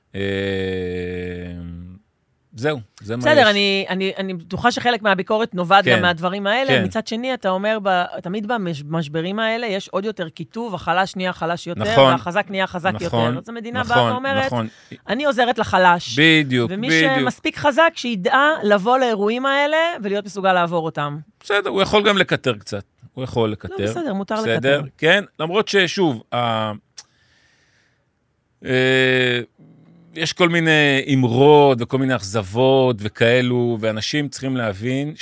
Speaker 6: זהו, זה מה יש.
Speaker 5: בסדר, אני, אני, אני בטוחה שחלק מהביקורת נובעת
Speaker 6: כן.
Speaker 5: גם מהדברים האלה.
Speaker 6: כן.
Speaker 5: מצד שני, אתה אומר, ב, תמיד במשברים האלה יש עוד יותר כיתוב, החלש נהיה חלש יותר,
Speaker 6: נכון.
Speaker 5: והחזק נהיה חזק
Speaker 6: נכון.
Speaker 5: יותר. אז המדינה
Speaker 6: נכון,
Speaker 5: באה ואומרת,
Speaker 6: נכון.
Speaker 5: אני עוזרת לחלש.
Speaker 6: בדיוק,
Speaker 5: ומי
Speaker 6: בדיוק.
Speaker 5: שמספיק חזק, שידע לבוא לאירועים האלה, ולהיות מסוגל לעבור אותם.
Speaker 6: בסדר, הוא יכול גם לקטר קצת. הוא יכול לקטר.
Speaker 5: לא, בסדר, מותר
Speaker 6: בסדר,
Speaker 5: לקטר.
Speaker 6: כן, למרות ששוב, ה... אה... יש כל מיני אמרות וכל מיני אכזבות וכאלו, ואנשים צריכים להבין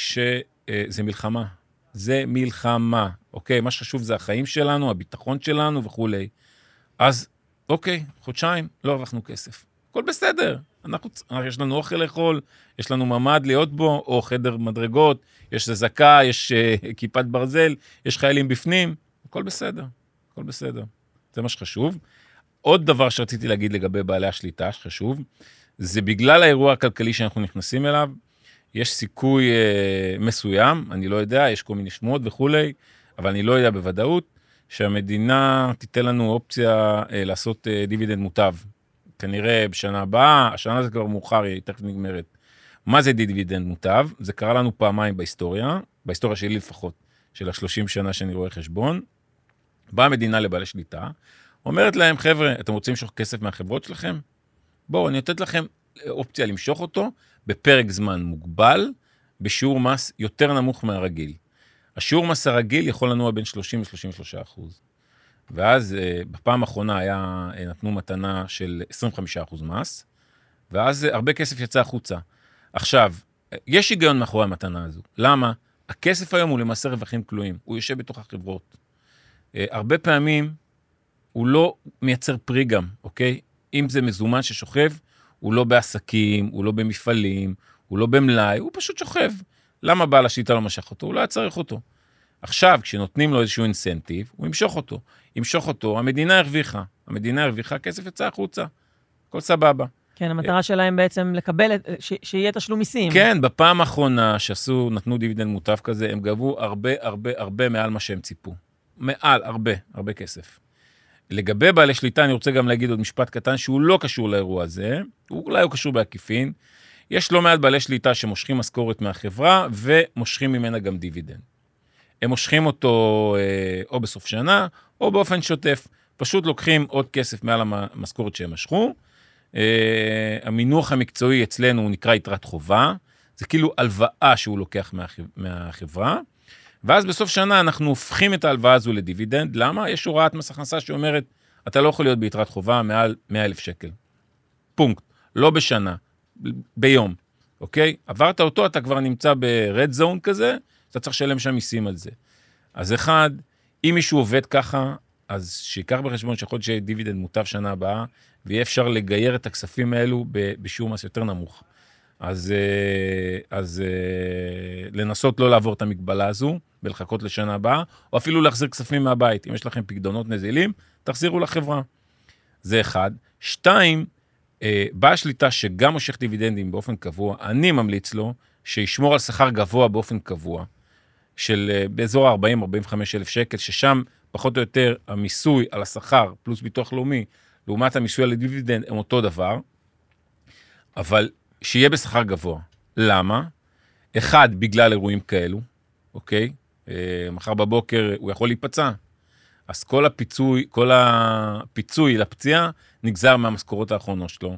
Speaker 6: שזה מלחמה. זה מלחמה, אוקיי? מה שחשוב זה החיים שלנו, הביטחון שלנו וכולי. אז, אוקיי, חודשיים, לא הרווחנו כסף. הכל בסדר. אנחנו, יש לנו אוכל לאכול, יש לנו ממד להיות בו, או חדר מדרגות, יש זקה, יש uh, כיפת ברזל, יש חיילים בפנים, הכל בסדר. הכל בסדר. זה מה שחשוב. עוד דבר שרציתי להגיד לגבי בעלי השליטה, שחשוב, זה בגלל האירוע הכלכלי שאנחנו נכנסים אליו, יש סיכוי אה, מסוים, אני לא יודע, יש כל מיני שמועות וכולי, אבל אני לא יודע בוודאות, שהמדינה תיתן לנו אופציה אה, לעשות אה, דיבידנד מוטב. כנראה בשנה הבאה, השנה זה כבר מאוחר, היא תכף נגמרת. מה זה דיבידנד מוטב? זה קרה לנו פעמיים בהיסטוריה, בהיסטוריה שלי לפחות, של ה-שלושים שנה שאני רואה חשבון, באה המדינה לבעלי שליטה, אומרת להם, חבר'ה, אתם רוצים למשוך כסף מהחברות שלכם? בואו, אני נותנת לכם אופציה למשוך אותו בפרק זמן מוגבל, בשיעור מס יותר נמוך מהרגיל. השיעור מס הרגיל יכול לנוע בין שלושים ל-שלושים ושלושה אחוז. ואז בפעם האחרונה היה, נתנו מתנה של עשרים וחמישה אחוז מס, ואז הרבה כסף יצא החוצה. עכשיו, יש היגיון מאחורי המתנה הזו. למה? הכסף היום הוא למעשה רווחים כלואים, הוא יושב בתוך החברות. הרבה פעמים, הוא לא מייצר פרי גם, אוקיי? אם זה מזומן ששוכב, הוא לא בעסקים, הוא לא במפעלים, הוא לא במלאי, הוא פשוט שוכב. למה בעל השליטה לא משך אותו? הוא לא היה צריך אותו. עכשיו, כשנותנים לו איזשהו אינסנטיב, הוא ימשוך אותו. ימשוך אותו, המדינה הרוויחה. המדינה הרוויחה, כסף יצא החוצה. הכל סבבה.
Speaker 5: כן, המטרה שלהם בעצם לקבל, ש, שיהיה תשלום מיסים.
Speaker 6: כן, בפעם האחרונה שעשו, נתנו דיבידנד מוטב כזה, הם גבו הרבה, הרבה, הרבה מעל מה שהם ציפו. מעל, הרבה, הרבה כסף. לגבי בעלי שליטה, אני רוצה גם להגיד עוד משפט קטן, שהוא לא קשור לאירוע הזה, אולי הוא קשור בעקיפין. יש לא מעט בעלי שליטה שמושכים משכורת מהחברה, ומושכים ממנה גם דיבידנד. הם מושכים אותו אה, או בסוף שנה, או באופן שוטף. פשוט לוקחים עוד כסף מעל המשכורת שהם משכו. אה, המינוח המקצועי אצלנו הוא נקרא יתרת חובה, זה כאילו הלוואה שהוא לוקח מהחברה, מהחברה. ואז בסוף שנה אנחנו הופכים את ההלוואה הזו לדיבידנד. למה? יש הוראת מס הכנסה שאומרת, אתה לא יכול להיות ביתרת חובה מעל מאה אלף שקל. פונקט. לא בשנה, ביום. אוקיי? עברת אותו, אתה כבר נמצא ב-red zone כזה, אתה צריך לשלם שם מיסים על זה. אז אחד, אם מישהו עובד ככה, אז שיקח בחשבון שיכול להיות שיהיה דיבידנד מוטב שנה הבאה, ויהיה אפשר לגייר את הכספים האלו בשיעור מס יותר נמוך. אז, אז לנסות לא לעבור את המגבלה הזו, ולחכות לשנה הבאה, או אפילו להחזיר כספים מהבית. אם יש לכם פקדונות נזילים, תחזירו לחברה. זה אחד. שתיים, באה שליטה שגם מושך דיבידנדים באופן קבוע, אני ממליץ לו שישמור על שכר גבוה באופן קבוע, של באזור ארבעים עד ארבעים וחמישה אלף שקל, ששם פחות או יותר המיסוי על השכר פלוס ביטוח לאומי, לעומת המיסוי על הדיבידנד הם אותו דבר, אבל שיהיה בשכר גבוה. למה? אחד, בגלל אירועים כאלו, אוקיי? מחר בבוקר הוא יכול להיפצע. אז כל הפיצוי, כל הפיצוי לפציעה נגזר מהמשכורות האחרונות שלו.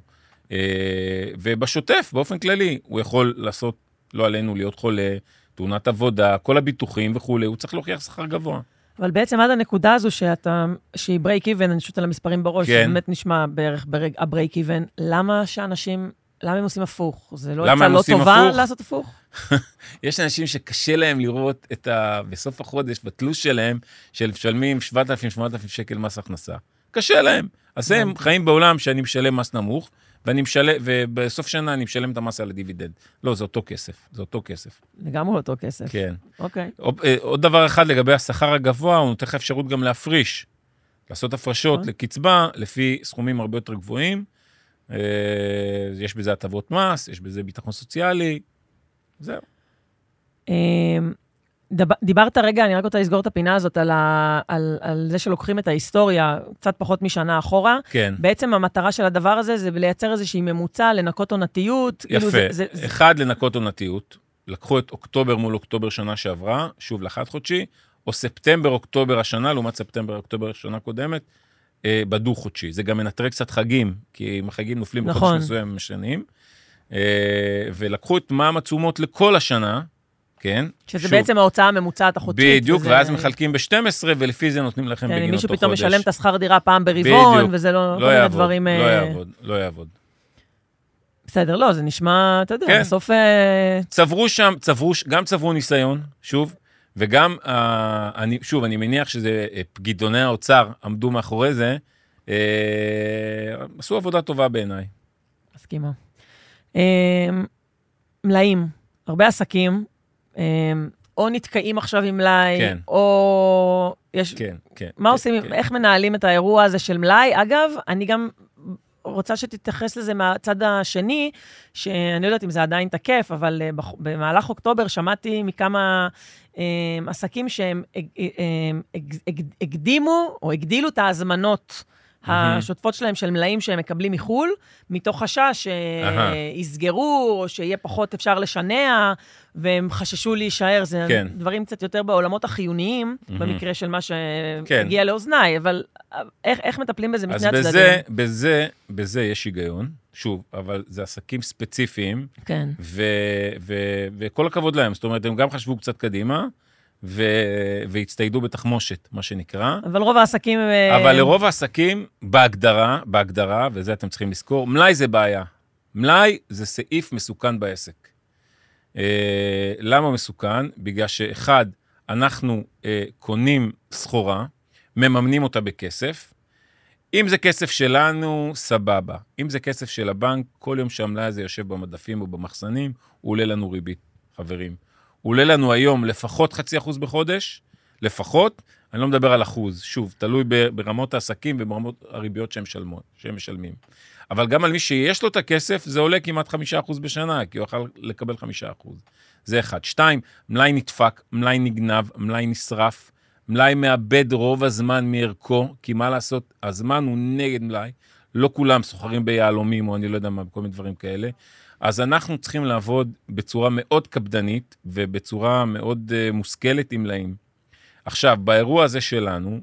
Speaker 6: ובשוטף, באופן כללי, הוא יכול לעשות, לא עלינו, להיות חולה, תאונת עבודה, כל הביטוחים וכו', הוא צריך להוכיח שכר גבוה.
Speaker 5: אבל בעצם עד הנקודה הזו שאתה, שהיא break even, אני שוט על המספרים בראש,
Speaker 6: כן.
Speaker 5: באמת נשמע בערך ברג, ה-break even, למה שאנשים, למה הם עושים הפוך? זה לא יצא לא טובה הפוך? לעשות הפוך?
Speaker 6: יש אנשים שקשה להם לראות את ה... בסוף החודש, בתלוש שלהם, של משלמים שבעת אלפים שמונה אלפים שקל מס הכנסה. קשה להם. אז הם חיים בעולם שאני משלם מס נמוך, ואני משלם, ובסוף שנה אני משלם את המס על הדיבידנד. לא, זה אותו כסף, זה אותו כסף.
Speaker 5: לגמרי אותו כסף.
Speaker 6: כן.
Speaker 5: אוקיי.
Speaker 6: עוד דבר אחד לגבי השכר הגבוה, הוא נותן לך אפשרות גם להפריש, לעשות הפרשות לקצבה, לפי סכומים הרבה יותר גבוהים. יש בזה הטבות מס, יש בזה ביטחון סוציאלי, זהו.
Speaker 5: דיברת רגע, אני רק רוצה לסגור את הפינה הזאת על, ה, על, על זה שלוקחים את ההיסטוריה קצת פחות משנה אחורה.
Speaker 6: כן.
Speaker 5: בעצם המטרה של הדבר הזה זה לייצר איזושהי ממוצע, לנקות עונתיות.
Speaker 6: יפה.
Speaker 5: זה, זה, זה...
Speaker 6: אחד, לנקות עונתיות. לקחו את אוקטובר מול אוקטובר שנה שעברה, שוב לחד חודשי, או ספטמבר, אוקטובר השנה, לעומת ספטמבר, אוקטובר שנה קודמת, אה, בדו חודשי. זה גם מנטרק קצת חגים, כי אם החגים נופלים נכון. בחודש מסוים משנים. אה, ולקחו את מה המצומות לכל השנה, כן?
Speaker 5: שזה שוב, בעצם ההוצאה הממוצעת החודשית.
Speaker 6: בדיוק,
Speaker 5: וזה...
Speaker 6: ואז מחלקים ב-שתים עסרה, ולפי זה נותנים לכם
Speaker 5: כן,
Speaker 6: בגין אותו חודש.
Speaker 5: מישהו פתאום משלם את השכר דירה פעם ברבעון,
Speaker 6: בדיוק.
Speaker 5: וזה לא...
Speaker 6: לא יעבוד,
Speaker 5: דברים,
Speaker 6: לא יעבוד, לא יעבוד.
Speaker 5: בסדר, לא, זה נשמע, אתה יודע,
Speaker 6: כן.
Speaker 5: בסוף...
Speaker 6: צברו שם, צברו, גם צברו ניסיון, שוב, וגם, uh, אני, שוב, אני מניח שזה, פגידוני האוצר עמדו מאחורי זה, uh, עשו עבודה טובה בעיניי.
Speaker 5: מסכימה. Uh, מלאים, הרבה עסקים, uh, או נתקעים עכשיו עם מלאי,
Speaker 6: כן.
Speaker 5: או... יש...
Speaker 6: כן, כן.
Speaker 5: מה
Speaker 6: כן,
Speaker 5: עושים,
Speaker 6: כן.
Speaker 5: איך מנהלים את האירוע הזה של מלאי? אגב, אני גם... רוצה שתתייחס לזה מהצד השני, שאני לא יודעת אם זה עדיין תקף, אבל במהלך אוקטובר שמעתי מכמה אה, עסקים שהם אה, אה, הקדימו, או הגדילו את ההזמנות השוטפות שלהם של מלאים שהם מקבלים מחול, מתוך חשש שיסגרו, או שיהיה פחות אפשר לשנע, והם חששו להישאר. זה
Speaker 6: כן.
Speaker 5: דברים קצת יותר בעולמות החיוניים, במקרה של מה שהגיע לאוזניי, אבל איך, איך מטפלים בזה משני הצדדים?
Speaker 6: אז בזה, בזה, בזה יש היגיון, שוב, אבל זה עסקים ספציפיים,
Speaker 5: כן.
Speaker 6: ו, ו, וכל הכבוד להם, זאת אומרת, הם גם חשבו קצת קדימה, ו... והצטיידו בתחמושת, מה שנקרא.
Speaker 5: אבל רוב העסקים...
Speaker 6: אבל לרוב העסקים, בהגדרה, בהגדרה, וזה אתם צריכים לזכור, מלאי זה בעיה. מלאי זה סעיף מסוכן בעסק. אה, למה מסוכן? בגלל שאחד, אנחנו אה, קונים סחורה, מממנים אותה בכסף. אם זה כסף שלנו, סבבה. אם זה כסף של הבנק, כל יום שהמלאי הזה יושב במדפים או במחסנים, הוא עולה לנו ריבית, חברים. הוא עולה לנו היום לפחות חצי אחוז בחודש, לפחות, אני לא מדבר על אחוז, שוב, תלוי ברמות העסקים וברמות הריביות שהם, שלמות, שהם משלמים. אבל גם על מי שיש לו את הכסף, זה עולה כמעט חמישה אחוז בשנה, כי הוא יכול לקבל חמישה אחוז. זה אחד. שתיים, מלאי נדפק, מלאי נגנב, מלאי נשרף, מלאי מאבד רוב הזמן מערכו, כי מה לעשות, הזמן הוא נגד מלאי, לא כולם סוחרים ביעלומים, או אני לא יודע מה, כל מיני דברים כאלה, אז אנחנו צריכים לעבוד בצורה מאוד קפדנית, ובצורה מאוד uh, מושכלת עם מלאים. עכשיו, באירוע הזה שלנו,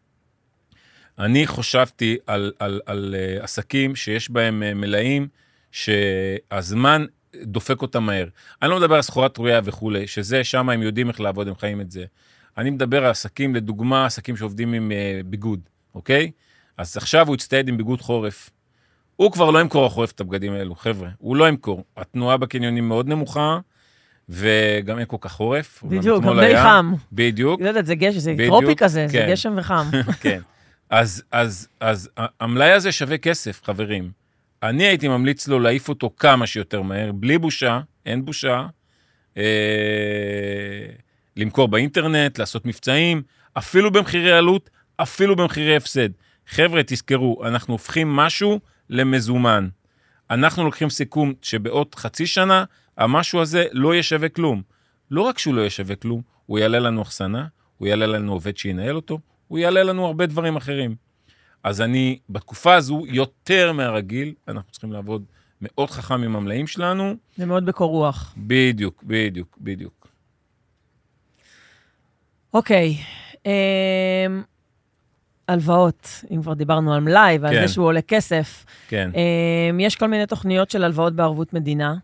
Speaker 6: אני חושבתי על, על, על uh, עסקים שיש בהם uh, מלאים, שהזמן דופק אותם מהר. אני לא מדבר על סחורת טרויה וכו', שזה שם הם יודעים איך לעבוד, הם חיים את זה. אני מדבר על עסקים, לדוגמה, עסקים שעובדים עם uh, ביגוד, אוקיי? אז עכשיו הוא יצטייד עם ביגוד חורף. הוא כבר לא ימכור החורף את הבגדים האלו, חבר'ה. הוא לא ימכור. התנועה בקניונים מאוד נמוכה, וגם אין כל כך חורף.
Speaker 5: בדיוק, גם די חם.
Speaker 6: בדיוק.
Speaker 5: לא יודעת, זה גשם, זה טרופי כזה, זה גשם וחם.
Speaker 6: כן. אז, אז, אז המלאי הזה שווה כסף, חברים. אני הייתי ממליץ לו להעיף אותו כמה שיותר מהר, בלי בושה, אין בושה, אה, למכור באינטרנט, לעשות מבצעים, אפילו במחירי עלות, אפילו במחירי הפסד. חבר'ה, תזכרו, אנחנו הופכים משהו למזומן. אנחנו לוקחים סיכום שבעוד חצי שנה, המשהו הזה לא ישווה כלום. לא רק שהוא לא ישווה כלום, הוא יעלה לנו אחסנה, הוא יעלה לנו עובד שינהל אותו, הוא יעלה לנו הרבה דברים אחרים. אז אני, בתקופה הזו, יותר מהרגיל, אנחנו צריכים לעבוד מאוד חכם עם המלאים שלנו.
Speaker 5: זה מאוד בקור רוח.
Speaker 6: בדיוק, בדיוק, בדיוק.
Speaker 5: אוקיי. הלוואות, אם כבר דיברנו על מלאי, ועל
Speaker 6: כן.
Speaker 5: זה שהוא עולה כסף.
Speaker 6: כן.
Speaker 5: יש כל מיני תוכניות של הלוואות בערבות מדינה.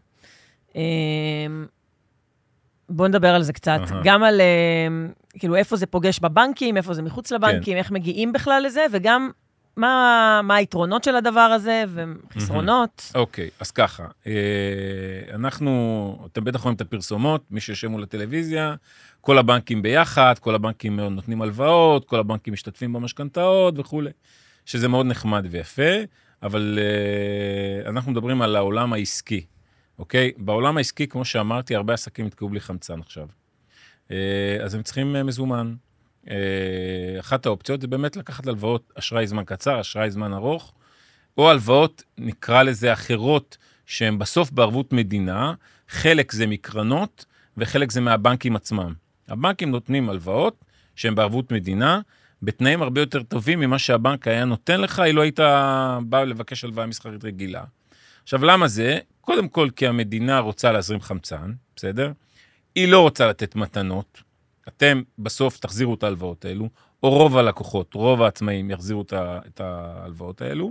Speaker 5: בואו נדבר על זה קצת. Uh-huh. גם על, כאילו, איפה זה פוגש בבנקים, איפה זה מחוץ לבנקים, כן. איך מגיעים בכלל לזה, וגם מה, מה היתרונות של הדבר הזה, וחסרונות.
Speaker 6: אוקיי, okay, אז ככה. אנחנו, אתם בטח רואים את הפרסומות, מי שיושב מול הטלוויזיה, כל הבנקים ביחד, כל הבנקים נותנים הלוואות, כל הבנקים משתתפים במשכנתאות וכו'. שזה מאוד נחמד ויפה, אבל uh, אנחנו מדברים על העולם העסקי, אוקיי? בעולם העסקי, כמו שאמרתי, הרבה עסקים יתקעו בלי חמצן עכשיו. Uh, אז הם צריכים uh, מזומן. Uh, אחת האופציות זה באמת לקחת הלוואות אשראי זמן קצר, אשראי זמן ארוך, או הלוואות, נקרא לזה אחרות, שהן בסוף בערבות מדינה, חלק זה מקרנות, וחלק זה מהבנקים עצמם. הבנקים נותנים הלוואות, שהן בערבות מדינה, בתנאים הרבה יותר טובים ממה שהבנק היה נותן לך, היא לא היית בא לבקש הלוואה מסחרית רגילה. עכשיו, למה זה? קודם כל, כי המדינה רוצה להזרים חמצן, בסדר? היא לא רוצה לתת מתנות. אתם בסוף תחזירו את ההלוואות האלו, או רוב הלקוחות, רוב העצמאים יחזירו את ההלוואות האלו.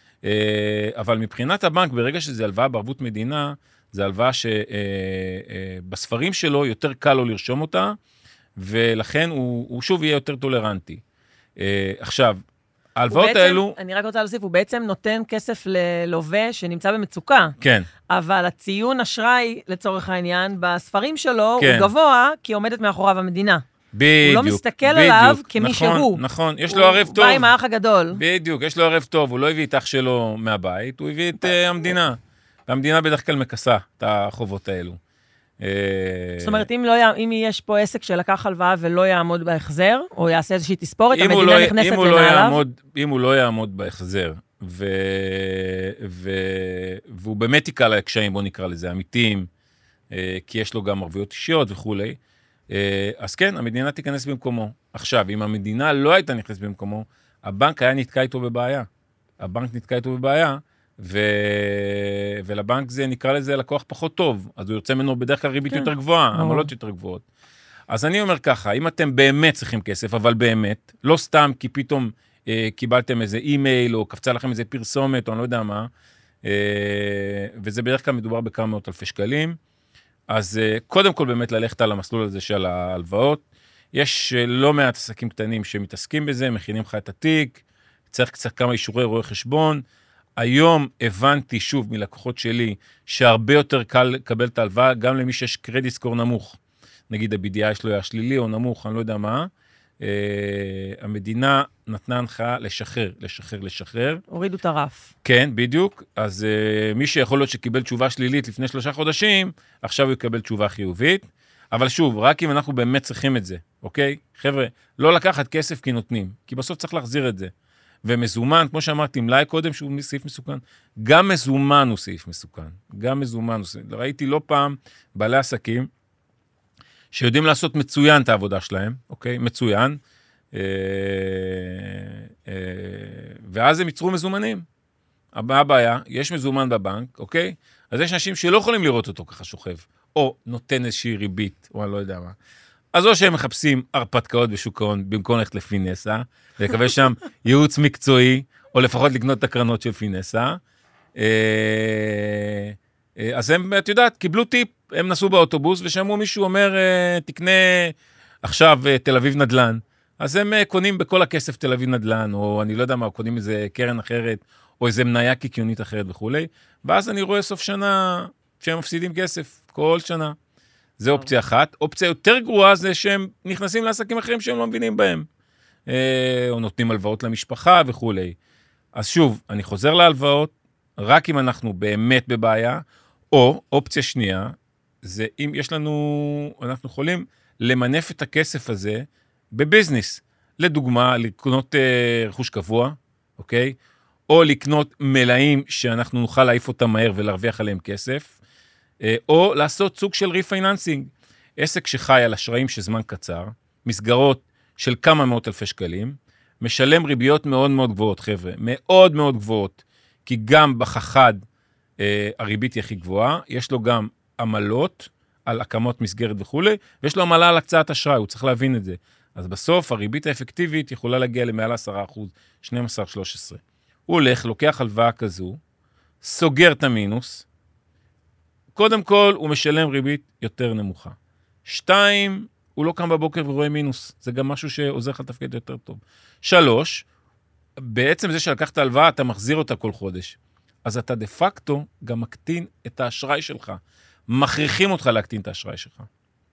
Speaker 6: אבל מבחינת הבנק, ברגע שזה הלוואה בערבות מדינה, זה הלוואה שבספרים שלו יותר קל לו לרשום אותה, ולכן הוא, הוא שוב יהיה יותר טולרנטי. עכשיו, ההלוואות
Speaker 5: בעצם,
Speaker 6: האלו...
Speaker 5: אני רק רוצה להוסיף, הוא בעצם נותן כסף ללווה שנמצא במצוקה.
Speaker 6: כן.
Speaker 5: אבל הציון אשראי, לצורך העניין, בספרים שלו,
Speaker 6: כן.
Speaker 5: הוא גבוה, כי עומדת מאחוריו המדינה.
Speaker 6: בדיוק.
Speaker 5: הוא לא מסתכל
Speaker 6: בדיוק,
Speaker 5: עליו כמי
Speaker 6: נכון,
Speaker 5: שהוא.
Speaker 6: נכון, יש
Speaker 5: הוא
Speaker 6: לו ערב טוב.
Speaker 5: בא עם האח הגדול.
Speaker 6: בדיוק, יש לו ערב טוב, הוא לא הביא את אח שלו מהבית, הוא הביא את uh, המדינה. והמדינה בדרך כלל מכסה את החובות האלו.
Speaker 5: זאת אומרת, אם, לא, אם יש פה עסק שלקח הלוואה ולא יעמוד בהחזר, או יעשה איזושהי תספורת, המדינה
Speaker 6: לא,
Speaker 5: נכנסת
Speaker 6: אם
Speaker 5: לנעליו.
Speaker 6: לא יעמוד, אם הוא לא יעמוד בהחזר, ו, ו, והוא באמת יקע לקשיים, בוא נקרא לזה, אמיתיים, כי יש לו גם ערבויות אישיות וכו', אז כן, המדינה תיכנס במקומו. עכשיו, אם המדינה לא הייתה נכנס במקומו, הבנק היה נתקע איתו בבעיה. הבנק נתקע איתו בבעיה, ו... ולבנק זה נקרא לזה לקוח פחות טוב, אז הוא יוצא ממנו בדרך כלל ריבית כן. יותר גבוהה, עמלות יותר גבוהות. אז אני אומר ככה, אם אתם באמת צריכים כסף, אבל באמת, לא סתם כי פתאום אה, קיבלתם איזה אימייל, או קפצה לכם איזה פרסומת, או אני לא יודע מה, אה, וזה בדרך כלל מדובר בכמה מאות אלפי שקלים, אז אה, קודם כל באמת ללכת על המסלול הזה של ההלוואות, יש אה, לא מעט עסקים קטנים שמתעסקים בזה, מכינים לך את התיק, צריך קצת כמה אישורי רואה חשבון, היום הבנתי שוב מלקוחות שלי, שהרבה יותר קל לקבל את ההלוואה, גם למי שיש קרדיט סקור נמוך. נגיד ה-בי די איי שלו היה שלילי או נמוך, אני לא יודע מה. Uh, המדינה נתנה הנחיה לשחרר, לשחרר, לשחרר.
Speaker 5: הורידו את הרף.
Speaker 6: כן, בדיוק. אז uh, מי שיכול להיות שקיבל תשובה שלילית לפני שלושה חודשים, עכשיו הוא יקבל תשובה חיובית. אבל שוב, רק אם אנחנו באמת צריכים את זה, אוקיי? חבר'ה, לא לקחת כסף כי נותנים, כי בסוף צריך להחזיר את זה. ומזומן, כמו שאמרתי, מלאי קודם שהוא סעיף מסוכן, גם מזומן הוא סעיף מסוכן, גם מזומן הוא סעיף. ראיתי לא פעם בעלי עסקים, שיודעים לעשות מצוין את העבודה שלהם, אוקיי? מצוין, אה, אה, ואז הם ייצרו מזומנים. הבעיה, יש מזומן בבנק, אוקיי? אז יש אנשים שלא יכולים לראות אותו ככה שוכב, או נותן איזושהי ריבית, או אני לא יודע מה. אז או שהם מחפשים הרפתקאות בשוק ההון, במקום ללכת לפינסה, ולקבל שם ייעוץ מקצועי, או לפחות לקנות את הקרנות של פינסה. אז הם, את יודעת, קיבלו טיפ, הם נסעו באוטובוס, ושמעו מישהו אומר, תקנה עכשיו תל אביב נדל"ן. אז הם קונים בכל הכסף תל אביב נדל"ן, או אני לא יודע מה, קונים איזה קרן אחרת, או איזה מניה קיקיונית אחרת וכו'. ואז אני רואה סוף שנה שהם מפסידים כסף, כל שנה. זה אופציה אחת. אופציה יותר גרועה זה שהם נכנסים לעסקים אחרים שהם לא מבינים בהם. או נותנים הלוואות למשפחה וכו'. אז שוב, אני חוזר להלוואות, רק אם אנחנו באמת בבעיה, או אופציה שנייה, זה אם יש לנו, אנחנו יכולים למנף את הכסף הזה בביזנס. לדוגמה, לקנות uh, רכוש קבוע, אוקיי? או לקנות מלאים שאנחנו נוכל להעיף אותם מהר ולהרוויח עליהם כסף, uh, או לעשות סוג של ריפייננסינג. עסק שחי על אשראים שזמן קצר, מסגרות של כמה מאות אלפי שקלים, משלם ריביות מאוד מאוד גבוהות, חבר'ה, מאוד מאוד גבוהות, כי גם בחחד אה, הריבית היא הכי גבוהה, יש לו גם עמלות על הקמות מסגרת וכו', ויש לו עמלה על הקצאת אשראי, הוא צריך להבין את זה. אז בסוף הריבית האפקטיבית יכולה להגיע למעל עשרה אחוז, שנים עשר שלוש עשרה. הוא הולך, לוקח הלוואה כזו, סוגר את המינוס, קודם כל הוא משלם ריבית יותר נמוכה. שתיים, הוא לא קם בבוקר ורואה מינוס, זה גם משהו שעוזר לך לתפקד יותר טוב. שלוש, בעצם זה שלקחת הלוואה, אתה מחזיר אותה כל חודש. אז אתה דה פקטו גם מקטין את האשראי שלך. מכריחים אותך להקטין את האשראי שלך.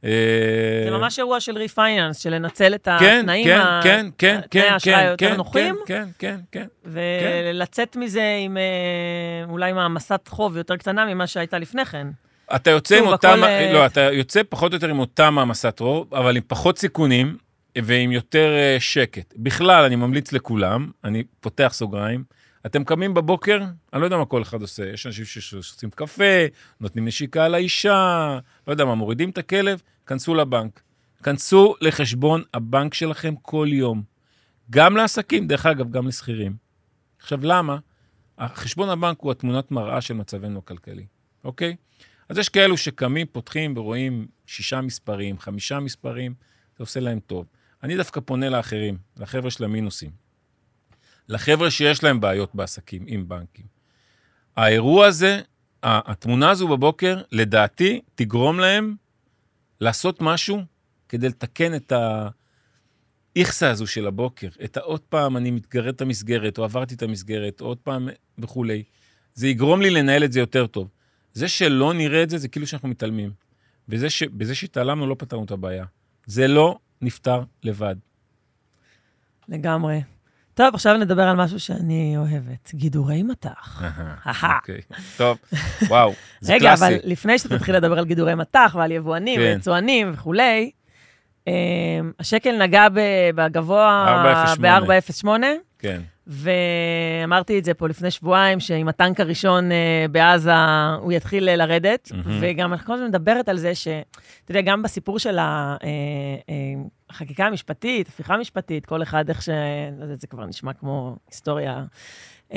Speaker 5: זה ממש אירוע של ריפייננס, של לנצל את
Speaker 6: כן,
Speaker 5: התנאים,
Speaker 6: כן,
Speaker 5: ה-
Speaker 6: כן, כן,
Speaker 5: תנאי
Speaker 6: כן,
Speaker 5: האשראי
Speaker 6: כן,
Speaker 5: היותר
Speaker 6: כן,
Speaker 5: נוחים,
Speaker 6: כן, כן, כן.
Speaker 5: ולצאת מזה עם אה, אולי מעמסת חוב יותר קטנה ממה שהייתה לפני כן.
Speaker 6: אתה יוצא
Speaker 5: שוב,
Speaker 6: עם אותם,
Speaker 5: הכל, אה,
Speaker 6: לא, אתה יוצא פחות או יותר עם אותם מעמסת רוב, אבל עם פחות סיכונים, ועם יותר אה, שקט. בכלל, אני ממליץ לכולם, אני פותח סוגריים, אתם קמים בבוקר, אני לא יודע מה כל אחד עושה, יש אנשים שעושים קפה, נותנים נשיקה על האישה, לא יודע מה, מורידים את הכלב, כנסו לבנק. כנסו לחשבון הבנק שלכם כל יום. גם לעסקים, דרך אגב, גם לשכירים. עכשיו, למה? החשבון הבנק הוא התמונת מראה של מצבנו הכלכלי, אוקיי? אז יש כאלו שקמים, פותחים ורואים שישה מספרים, חמישה מספרים, זה עושה להם טוב. אני דווקא פונה לאחרים, לחבר'ה של המינוסים. לחבר'ה שיש להם בעיות בעסקים עם בנקים. האירוע הזה, התמונה הזו בבוקר, לדעתי, תגרום להם לעשות משהו כדי לתקן את האיכסה הזו של הבוקר. את העוד פעם אני מתגרד את המסגרת, או עברתי את המסגרת, או עוד פעם וכולי. זה יגרום לי לנהל את זה יותר טוב. זה שלא נראה את זה, זה כאילו שאנחנו מתעלמים. וזה ש... בזה שהתעלמנו לא פתרנו את הבעיה. זה לא נפתר לבד.
Speaker 5: לגמרי. טוב, עכשיו נדבר על משהו שאני אוהבת, גידורי מתח.
Speaker 6: אוקיי, טוב, וואו, זה
Speaker 5: רגע,
Speaker 6: קלאסי.
Speaker 5: אבל לפני שאתה תתחיל לדבר על גידורי מתח ועל יבואנים
Speaker 6: כן.
Speaker 5: ויצואנים וכולי, אה, השקל נגע ב- בגבוה
Speaker 6: ארבע אפס שמונה.
Speaker 5: ב-ארבע אפס שמונה,
Speaker 6: כן,
Speaker 5: ואמרתי את זה פה לפני שבועיים, שעם הטנק הראשון אה, בעזה הוא יתחיל אה, לרדת, וגם אנחנו כל הזמן מדברת על זה, שאתה יודע, גם בסיפור של ה- אה, אה, החקיקה המשפטית, הפיכה משפטית, כל אחד איך ש... לא יודעת, זה כבר נשמע כמו היסטוריה. אה,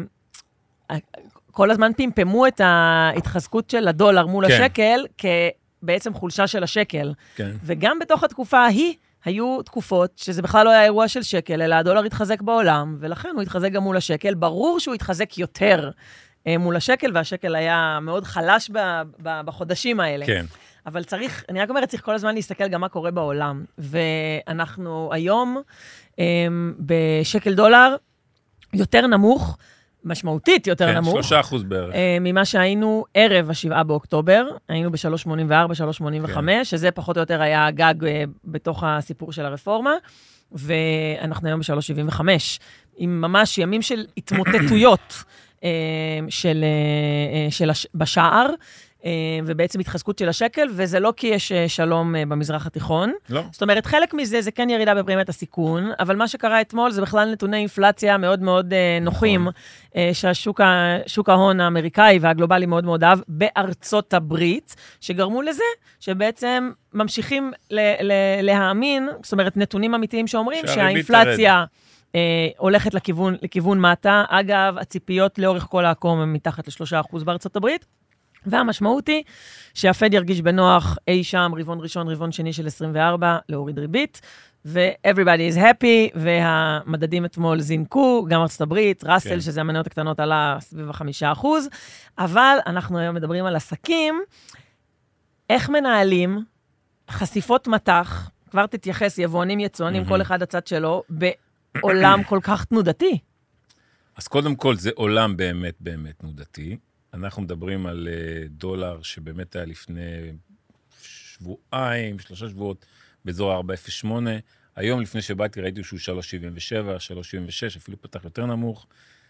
Speaker 5: כל הזמן פמפמו את ההתחזקות של הדולר מול
Speaker 6: כן.
Speaker 5: השקל, כבעצם חולשה של השקל.
Speaker 6: כן.
Speaker 5: וגם בתוך התקופה ההיא, היו תקופות שזה בכלל לא היה אירוע של שקל, אלא הדולר התחזק בעולם, ולכן הוא התחזק גם מול השקל. ברור שהוא התחזק יותר אה, מול השקל, והשקל היה מאוד חלש ב, ב, בחודשים האלה.
Speaker 6: כן.
Speaker 5: אבל צריך, אני רק אומרת, צריך כל הזמן להסתכל גם מה קורה בעולם. ואנחנו היום אה, בשקל דולר יותר נמוך, משמעותית יותר
Speaker 6: כן,
Speaker 5: נמוך.
Speaker 6: שלושה אחוז בערך.
Speaker 5: אה, ממה שהיינו ערב השבעה באוקטובר, היינו ב-שלוש שמונים וארבע, שלוש שמונים וחמש,
Speaker 6: כן.
Speaker 5: שזה פחות או יותר היה הגג אה, בתוך הסיפור של הרפורמה, ואנחנו היום ב-שלוש שבעים וחמש, עם ממש ימים של התמוטטויות אה, של, אה, של הש... בשער, אה, ובעצם התחזקות של השקל, וזה לא כי יש אה, שלום אה, במזרח התיכון. לא. זאת אומרת, חלק מזה זה כן ירידה בפרמיית הסיכון, אבל מה שקרה אתמול זה בכלל נתוני אינפלציה מאוד מאוד אה, נוחים, נכון. אה, שהשוק ה... שוק ההון האמריקאי והגלובלי מאוד מאוד אהב בארצות הברית, שגרמו לזה שבעצם ממשיכים ל- ל- להאמין, זאת אומרת, נתונים אמיתיים שאומרים שהאינפלציה אה, הולכת לכיוון, לכיוון מטה. אגב, הציפיות לאורך כל העקום הם מתחת לשלושה אחוז בארצות הברית, והמשמעות היא שהפד ירגיש בנוח אי שם, רבעון ראשון, רבעון שני של עשרים וארבע, להוריד ריבית, ו-everybody is happy, והמדדים אתמול זינקו, גם ארצות הברית, ראסל, כן. שזה המניות הקטנות, עלה סביב החמישה אחוז, אבל אנחנו היום מדברים על עסקים, איך מנהלים חשיפות מתח, כבר תתייחס, יבואנים, יצואנים, כל אחד הצד שלו, בעולם כל כך תנודתי.
Speaker 6: אז קודם כל, זה עולם באמת באמת תנודתי. אנחנו מדברים על דולר שבאמת היה לפני שבועיים, שלושה שבועות, באזור ארבע אפס שמונה. היום, לפני שבאתי, ראיתי שהוא שלוש שבעים ושבע, שלוש שבעים ושש, אפילו פתח יותר נמוך.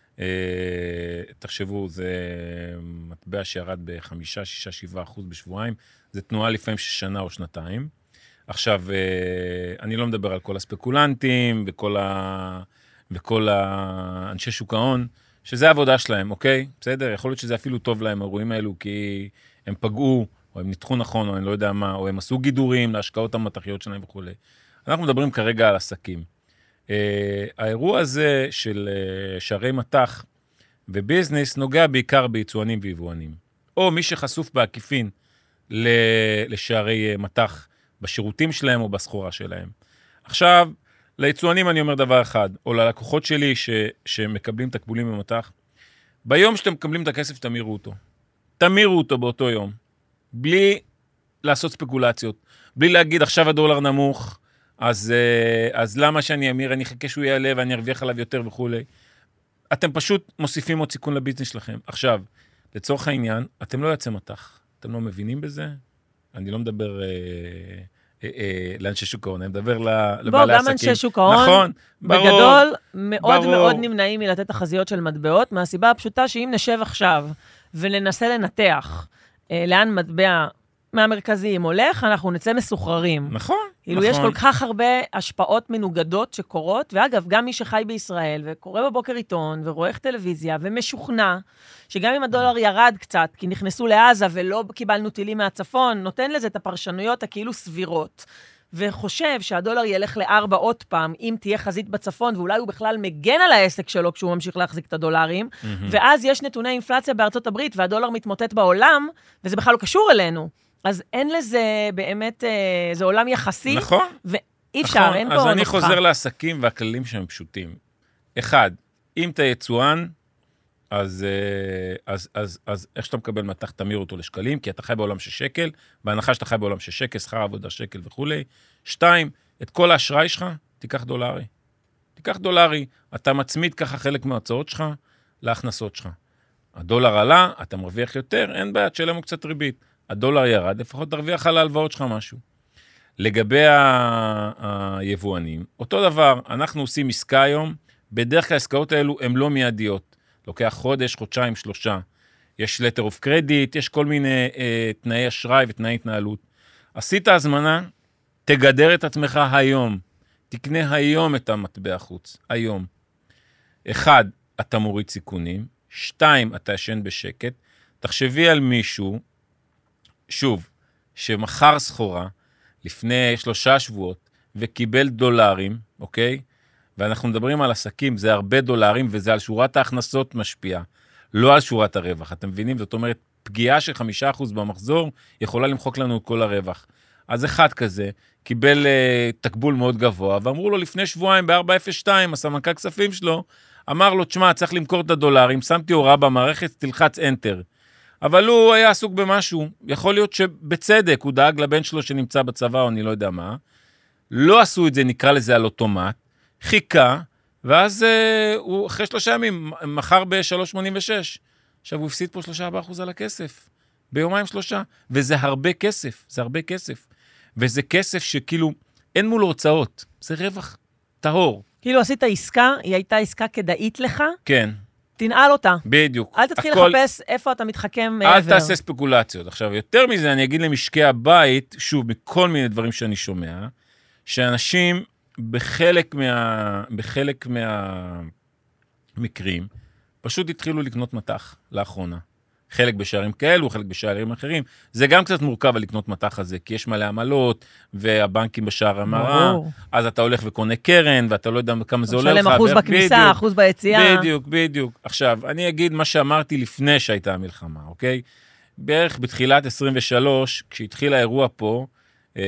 Speaker 6: תחשבו, זה מטבע שירד בחמישה, שישה, שבעה אחוז בשבועיים. זה תנועה לפעמים ששנה או שנתיים. עכשיו, אני לא מדבר על כל הספקולנטים וכל, ה... וכל האנשי שוק ההון, שזה העבודה שלהם, אוקיי? בסדר? יכול להיות שזה אפילו טוב להם, האירועים האלו, כי הם פגעו, או הם ניתחו נכון, או אני לא יודע מה, או הם עשו גידורים להשקעות המתחיות שלהם וכו'. אנחנו מדברים כרגע על עסקים. האירוע הזה של שערי מתח וביזנס נוגע בעיקר ביצואנים ויבואנים. או מי שחשוף בעקיפין לשערי מתח בשירותים שלהם או בסחורה שלהם. עכשיו, ליצואנים אני אומר דבר אחד, או ללקוחות שלי ש, שמקבלים תקבולים במתח, ביום שאתם מקבלים את הכסף, תמירו אותו. תמירו אותו באותו יום. בלי לעשות ספקולציות. בלי להגיד, עכשיו הדולר נמוך, אז, אז למה שאני אמיר, אני חכה שהוא יעלה ואני ארוויח עליו יותר וכו'. אתם פשוט מוסיפים עוד סיכון לביזנס שלכם. עכשיו, לצורך העניין, אתם לא יוצא מתח. אתם לא מבינים בזה, אני לא מדבר... לאנשי שוק ההון, אני מדבר לבעלי עסקים.
Speaker 5: בוא, גם אנשי שוק ההון,
Speaker 6: נכון, ברור,
Speaker 5: בגדול, מאוד
Speaker 6: ברור.
Speaker 5: מאוד נמנעים מלתת תחזיות של מטבעות, מהסיבה הפשוטה שאם נשב עכשיו וננסה לנתח אה, לאן מטבע מהמרכזיים הולך, אנחנו נצא מסוחררים.
Speaker 6: נכון,
Speaker 5: כאילו
Speaker 6: נכון.
Speaker 5: יש כל כך הרבה השפעות מנוגדות שקורות, ואגב, גם מי שחי בישראל וקורא בבוקר עיתון ורואה טלוויזיה ומשוכנע, שגם אם הדולר ירד קצת, כי נכנסו לעזה ולא קיבלנו טילים מהצפון, נותן לזה את הפרשנויות הכאילו סבירות, וחושב שהדולר ילך לארבע עוד פעם, אם תהיה חזית בצפון, ואולי הוא בכלל מגן על העסק שלו כשהוא ממשיך להחזיק את הדולרים, mm-hmm. ואז יש נתוני אינפלציה בארצות הברית, והדולר מתמוטט בעולם, וזה בכלל לא קשור אלינו. אז אין לזה באמת, זה עולם יחסי.
Speaker 6: נכון.
Speaker 5: ואי אפשר,
Speaker 6: נכון.
Speaker 5: אין פה
Speaker 6: אז
Speaker 5: נוסחה.
Speaker 6: אני חוזר לעסקים והכללים שהם פשוטים. אחד, אם אתה יצואן, אז, אז, אז, אז איך שאתה מקבל מתח, תמיר אותו לשקלים, כי אתה חי בעולם של שקל, בהנחה שאתה חי בעולם של שקל, שכר עבודה שקל וכו'. שתיים, את כל האשראי שלך, תיקח דולרי. תיקח דולרי, אתה מצמיד ככה חלק מההוצאות שלך להכנסות שלך. הדולר עלה, אתה מרוויח יותר, אין בעיה, תשלם הוא קצת ריבית. הדולר ירד, לפחות תרוויח על ההלוואות שלך משהו. לגבי היבואנים, אותו דבר, אנחנו עושים עסקה היום, בדרך כלל העסקאות האלו הן לא מיידיות. לוקח חודש, חודשיים, שלושה. יש letter of credit, יש כל מיני אה, תנאי אשראי ותנאי התנהלות. עשית הזמנה, תגדר את עצמך היום. תקנה היום את המטבע חוץ, היום. אחד, אתה מוריד סיכונים. שתיים, אתה ישן בשקט. תחשבי על מישהו, שוב, שמחר סחורה, לפני שלושה שבועות, וקיבל דולרים, אוקיי? ואנחנו מדברים על עסקים, זה הרבה דולרים, וזה על שורת ההכנסות משפיע, לא על שורת הרווח. אתם מבינים? זאת אומרת, פגיעה של חמישה אחוז במחזור, יכולה למחוק לנו את כל הרווח. אז אחד כזה, קיבל uh, תקבול מאוד גבוה, ואמרו לו לפני שבועיים ב-ארבע אפס שתיים, הסמנכ"ל כספים שלו, אמר לו, תשמע, צריך למכור את הדולרים, שמתי הוראה במערכת, תלחץ Enter. אבל הוא היה עסוק במשהו, יכול להיות שבצדק, הוא דאג לבן שלו שנמצא בצבא, או אני לא יודע מה, לא עשו את זה, נקרא לזה על אוטומט, חיכה, ואז uh, הוא אחרי שלושה ימים, מחר ב-שלוש שמונים ושש. עכשיו הוא הפסיד פה שלושה ארבעה אחוז על הכסף, ביומיים שלושה, וזה הרבה כסף, זה הרבה כסף. וזה כסף שכאילו, אין מול הוצאות, זה רווח טהור.
Speaker 5: כאילו עשית עסקה, היא הייתה עסקה כדאית לך,
Speaker 6: כן.
Speaker 5: תנעל אותה.
Speaker 6: בדיוק.
Speaker 5: אל תתחיל
Speaker 6: הכל...
Speaker 5: לחפש איפה אתה מתחכם מעבר.
Speaker 6: אל תעשה ספקולציות. עכשיו, יותר מזה, אני אגיד למשקי הבית, שוב, מכל מיני דברים שאני שומע, שאנשים בחלק מה... בחלק מהמקרים, פשוט התחילו לקנות מתח לאחרונה. חלק בשערים כאלו, חלק בשערים אחרים. זה גם קצת מורכב על לקנות מתח הזה, כי יש מלא עמלות, והבנקים בשער המרה, אז אתה הולך וקונה קרן, ואתה לא יודע כמה זה עולה לך.
Speaker 5: שלם אחוז בכניסה, אחוז ביציאה.
Speaker 6: בדיוק, בדיוק. עכשיו, אני אגיד מה שאמרתי לפני שהייתה המלחמה, אוקיי? בערך בתחילת עשרים ושלוש, כשהתחיל האירוע פה, אה,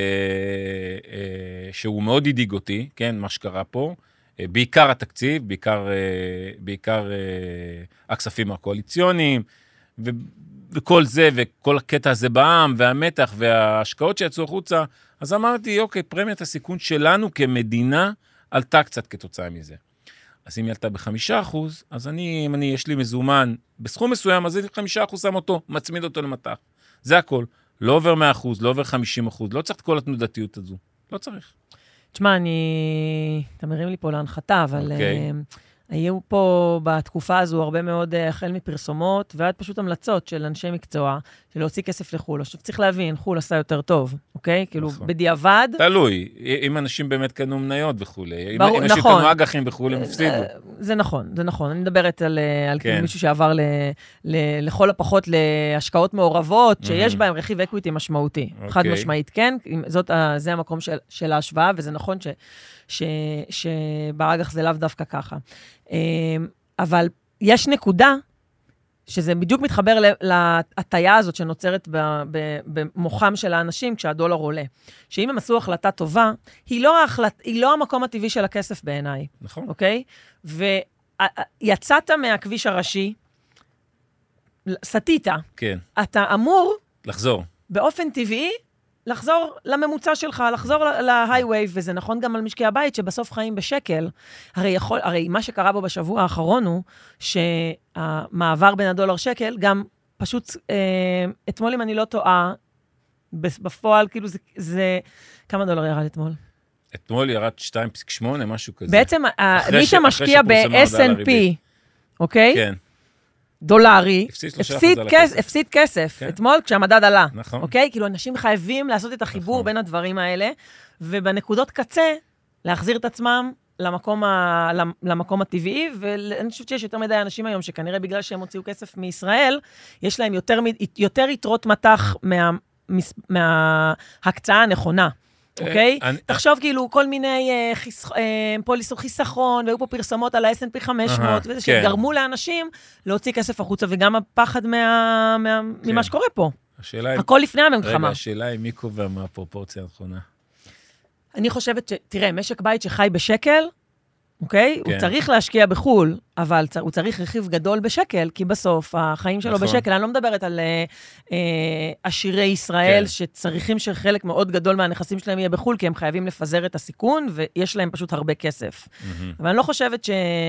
Speaker 6: אה, שהוא מאוד הדאיג אותי, כן, מה שקרה פה, אה, בעיקר התקציב, בעיקר, אה, בעיקר אה, הכספים הקואליציוניים, ו- וכל זה, וכל הקטע הזה בעם, והמתח, וההשקעות שיצאו החוצה, אז אמרתי, אוקיי, פרמיית הסיכון שלנו כמדינה, עלתה קצת כתוצאה מזה. אז אם היא עלתה בחמישה אחוז, אז אני, אם אני, יש לי מזומן, בסכום מסוים, אז אני חמישה אחוז שם אותו, מצמיד אותו למתח. זה הכל. לא עובר מאה אחוז, לא עובר חמישים אחוז, לא צריך את כל התנודתיות הזו. לא צריך.
Speaker 5: תשמע, אני... אתה מרים לי פה להנחתה, אבל...
Speaker 6: אוקיי.
Speaker 5: היו פה בתקופה הזו הרבה מאוד החל מפרסומות, ועד פשוט המלצות של אנשי מקצוע, של להוציא כסף לחול. עכשיו צריך להבין, חול עשה יותר טוב, אוקיי? כאילו, בדיעבד...
Speaker 6: תלוי, אם אנשים באמת קנו מניות וכו'. אם אנשים
Speaker 5: נכון.
Speaker 6: קנו אג"חים וכו', הם הפסידו.
Speaker 5: זה נכון, זה נכון. אני מדברת על, על כן. כאילו מישהו שעבר ל, ל, לכל הפחות להשקעות מעורבות, שיש בהם רכיב אקוויטי משמעותי. אוקיי. חד משמעית, כן? זאת, זה המקום של, של ההשוואה, וזה נכון ש... ש, שבאג"ח זה לאו דווקא ככה. אבל יש נקודה, שזה בדיוק מתחבר להטיה הזאת שנוצרת במוחם של האנשים כשהדולר עולה. שאם הם עשו החלטה טובה, היא לא, ההחלט, היא לא המקום הטבעי של הכסף בעיניי.
Speaker 6: נכון.
Speaker 5: אוקיי? ויצאת מהכביש הראשי, סטית.
Speaker 6: כן.
Speaker 5: אתה אמור...
Speaker 6: לחזור.
Speaker 5: באופן טבעי, לחזור לממוצע שלך, לחזור להיי-ווי, וזה נכון גם על משקי הבית, שבסוף חיים בשקל. הרי, יכול, הרי מה שקרה בו בשבוע האחרון הוא, שהמעבר בין הדולר שקל, גם פשוט, אה, אתמול אם אני לא טועה, בפועל, כאילו זה, זה... כמה דולר ירד אתמול?
Speaker 6: אתמול ירד שתיים נקודה שמונה, משהו כזה.
Speaker 5: בעצם, מי שמשקיע ב-אס אנד פי, אוקיי?
Speaker 6: כן.
Speaker 5: דולרי, הפסיד כסף,
Speaker 6: כן.
Speaker 5: אתמול כשהמדד עלה.
Speaker 6: נכון.
Speaker 5: אוקיי? כאילו, אנשים חייבים לעשות את החיבור
Speaker 6: נכון.
Speaker 5: בין הדברים האלה, ובנקודות קצה, להחזיר את עצמם למקום, ה... למקום הטבעי, ואני חושבת שיש יותר מדי אנשים היום, שכנראה בגלל שהם הוציאו כסף מישראל, יש להם יותר, יותר יתרות מתח מה... מההקצאה הנכונה. אוקיי? תחשוב כאילו כל מיני פוליסות חיסכון, והיו פה פרסומות על ה-אס אנד פי חמש מאות, וזה שגרמו לאנשים להוציא כסף החוצה, וגם הפחד ממה שקורה פה. הכל לפני המלחמה.
Speaker 6: רגע, השאלה היא מי קובע מה הפרופורציה הנכונה.
Speaker 5: אני חושבת ש... תראה, משק בית שחי בשקל, אוקיי? הוא צריך להשקיע בחול, אבל הוא צריך רכיב גדול בשקל, כי בסוף החיים שלו בשקל, אני לא מדברת על עשירי ישראל, שצריכים שחלק מאוד גדול מהנכסים שלהם יהיה בחול, כי הם חייבים לפזר את הסיכון, ויש להם פשוט הרבה כסף. אבל אני לא חושבת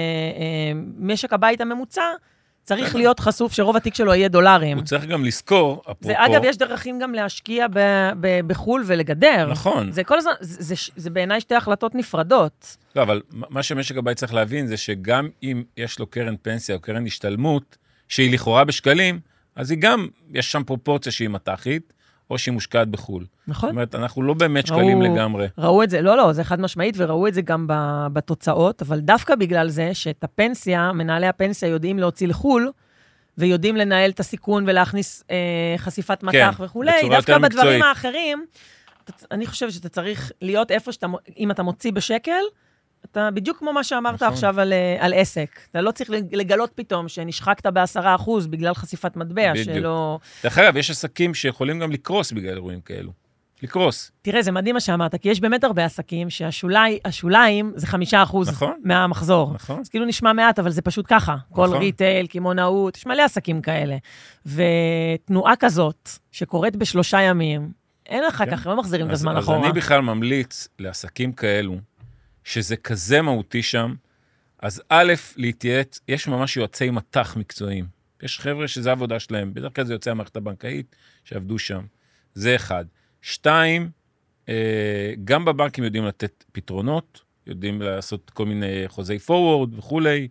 Speaker 5: שמשק הבית הממוצע, צריך להיות חשוף שרוב התיק שלו יהיה דולרים.
Speaker 6: הוא צריך גם לזכור, אפרופו...
Speaker 5: ואגב, יש דרכים גם להשקיע בחול ולגדר.
Speaker 6: נכון.
Speaker 5: זה כל הזמן, זה, זה בעיניי שתי החלטות נפרדות.
Speaker 6: לא, אבל מה שמשק הבית צריך להבין זה שגם אם יש לו קרן פנסיה או קרן השתלמות, שהיא לכאורה בשקלים, אז היא גם, יש שם פרופורציה שהיא מתחית, או שהיא מושקעת בחול.
Speaker 5: נכון.
Speaker 6: זאת אומרת, אנחנו לא באמת שקלים
Speaker 5: ראו,
Speaker 6: לגמרי.
Speaker 5: ראו את זה, לא, לא, זה חד משמעית, וראו את זה גם בתוצאות, אבל דווקא בגלל זה, שאת הפנסיה, מנהלי הפנסיה יודעים להוציא לחול, ויודעים לנהל את הסיכון ולהכניס אה, חשיפת מטח
Speaker 6: כן,
Speaker 5: וכולי, דווקא בדברים מקצועית. האחרים, אני חושבת שאתה צריך להיות איפה שאתה, אם אתה מוציא בשקל, אתה בדיוק כמו מה שאמרת נכון. עכשיו על, על עסק. אתה לא צריך לגלות פתאום שנשחקת בעשרה אחוז בגלל חשיפת מטבע בדיוק. שלא...
Speaker 6: דרך אגב, יש עסקים שיכולים גם לקרוס בגלל אירועים כאלו. לקרוס.
Speaker 5: תראה, זה מדהים מה שאמרת, כי יש באמת הרבה עסקים שהשוליים השוליים זה חמישה אחוז נכון. מהמחזור. נכון. אז כאילו נשמע מעט, אבל זה פשוט ככה. נכון. כל ריטייל, כימונאות, יש מלא עסקים כאלה. ותנועה כזאת, שקורית בשלושה ימים, אין לך כן. כך, לא מחזירים אז, את הזמן
Speaker 6: אז
Speaker 5: אחורה.
Speaker 6: אז אני בכלל ממליץ לעסקים כאלו, שזה כזה מהותי שם, אז א', להתייעץ, יש ממש יועצי מתח מקצועיים. יש חבר'ה שזה עבודה שלהם, בדרך כלל זה יוצאי המערכת הבנקאית שעבדו שם. זה אחד. שתיים, גם בבנקים יודעים לתת פתרונות, יודעים לעשות כל מיני חוזי פורוורד וכולי.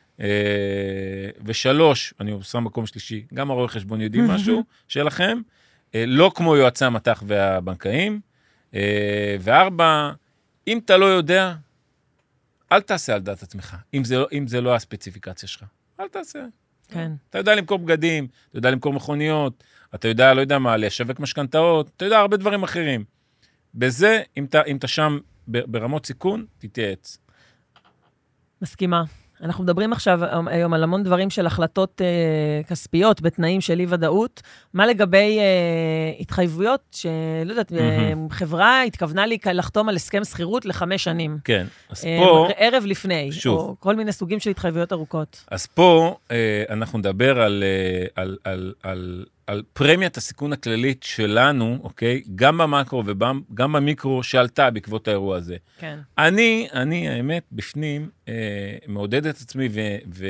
Speaker 6: ושלוש, אני עושה מקום שלישי, גם הרואי חשבון יודעים משהו שלכם, לא כמו יועצי המתח והבנקאים. וארבע, אם אתה לא יודע, אל תעשה על דעת עצמך, אם זה, אם זה לא הספציפיקציה שלך. אל תעשה.
Speaker 5: כן. אתה
Speaker 6: יודע למכור בגדים, אתה יודע למכור מכוניות, אתה יודע, לא יודע מה, לשווק משכנתאות, אתה יודע, הרבה דברים אחרים. בזה, אם אתה, אם אתה שם ברמות סיכון, תתייעץ.
Speaker 5: מסכימה. אנחנו מדברים עכשיו היום על המון דברים של החלטות אה, כספיות בתנאים של אי ודאות. מה לגבי אה, התחייבויות שלא יודעת, mm-hmm. אה, חברה התכוונה לי לחתום על הסכם שכירות לחמש שנים.
Speaker 6: כן. אז אה, פה...
Speaker 5: ערב לפני.
Speaker 6: שוב.
Speaker 5: או כל מיני סוגים של התחייבויות ארוכות.
Speaker 6: אז פה אה, אנחנו נדבר על, אה, על, על, על, על פרמיית הסיכון הכללית שלנו, אוקיי? גם במקרו וגם במיקרו שעלתה בעקבות האירוע הזה. כן. אני, אני, האמת, בפנים, אה, מעודד את עצמי ו, ו,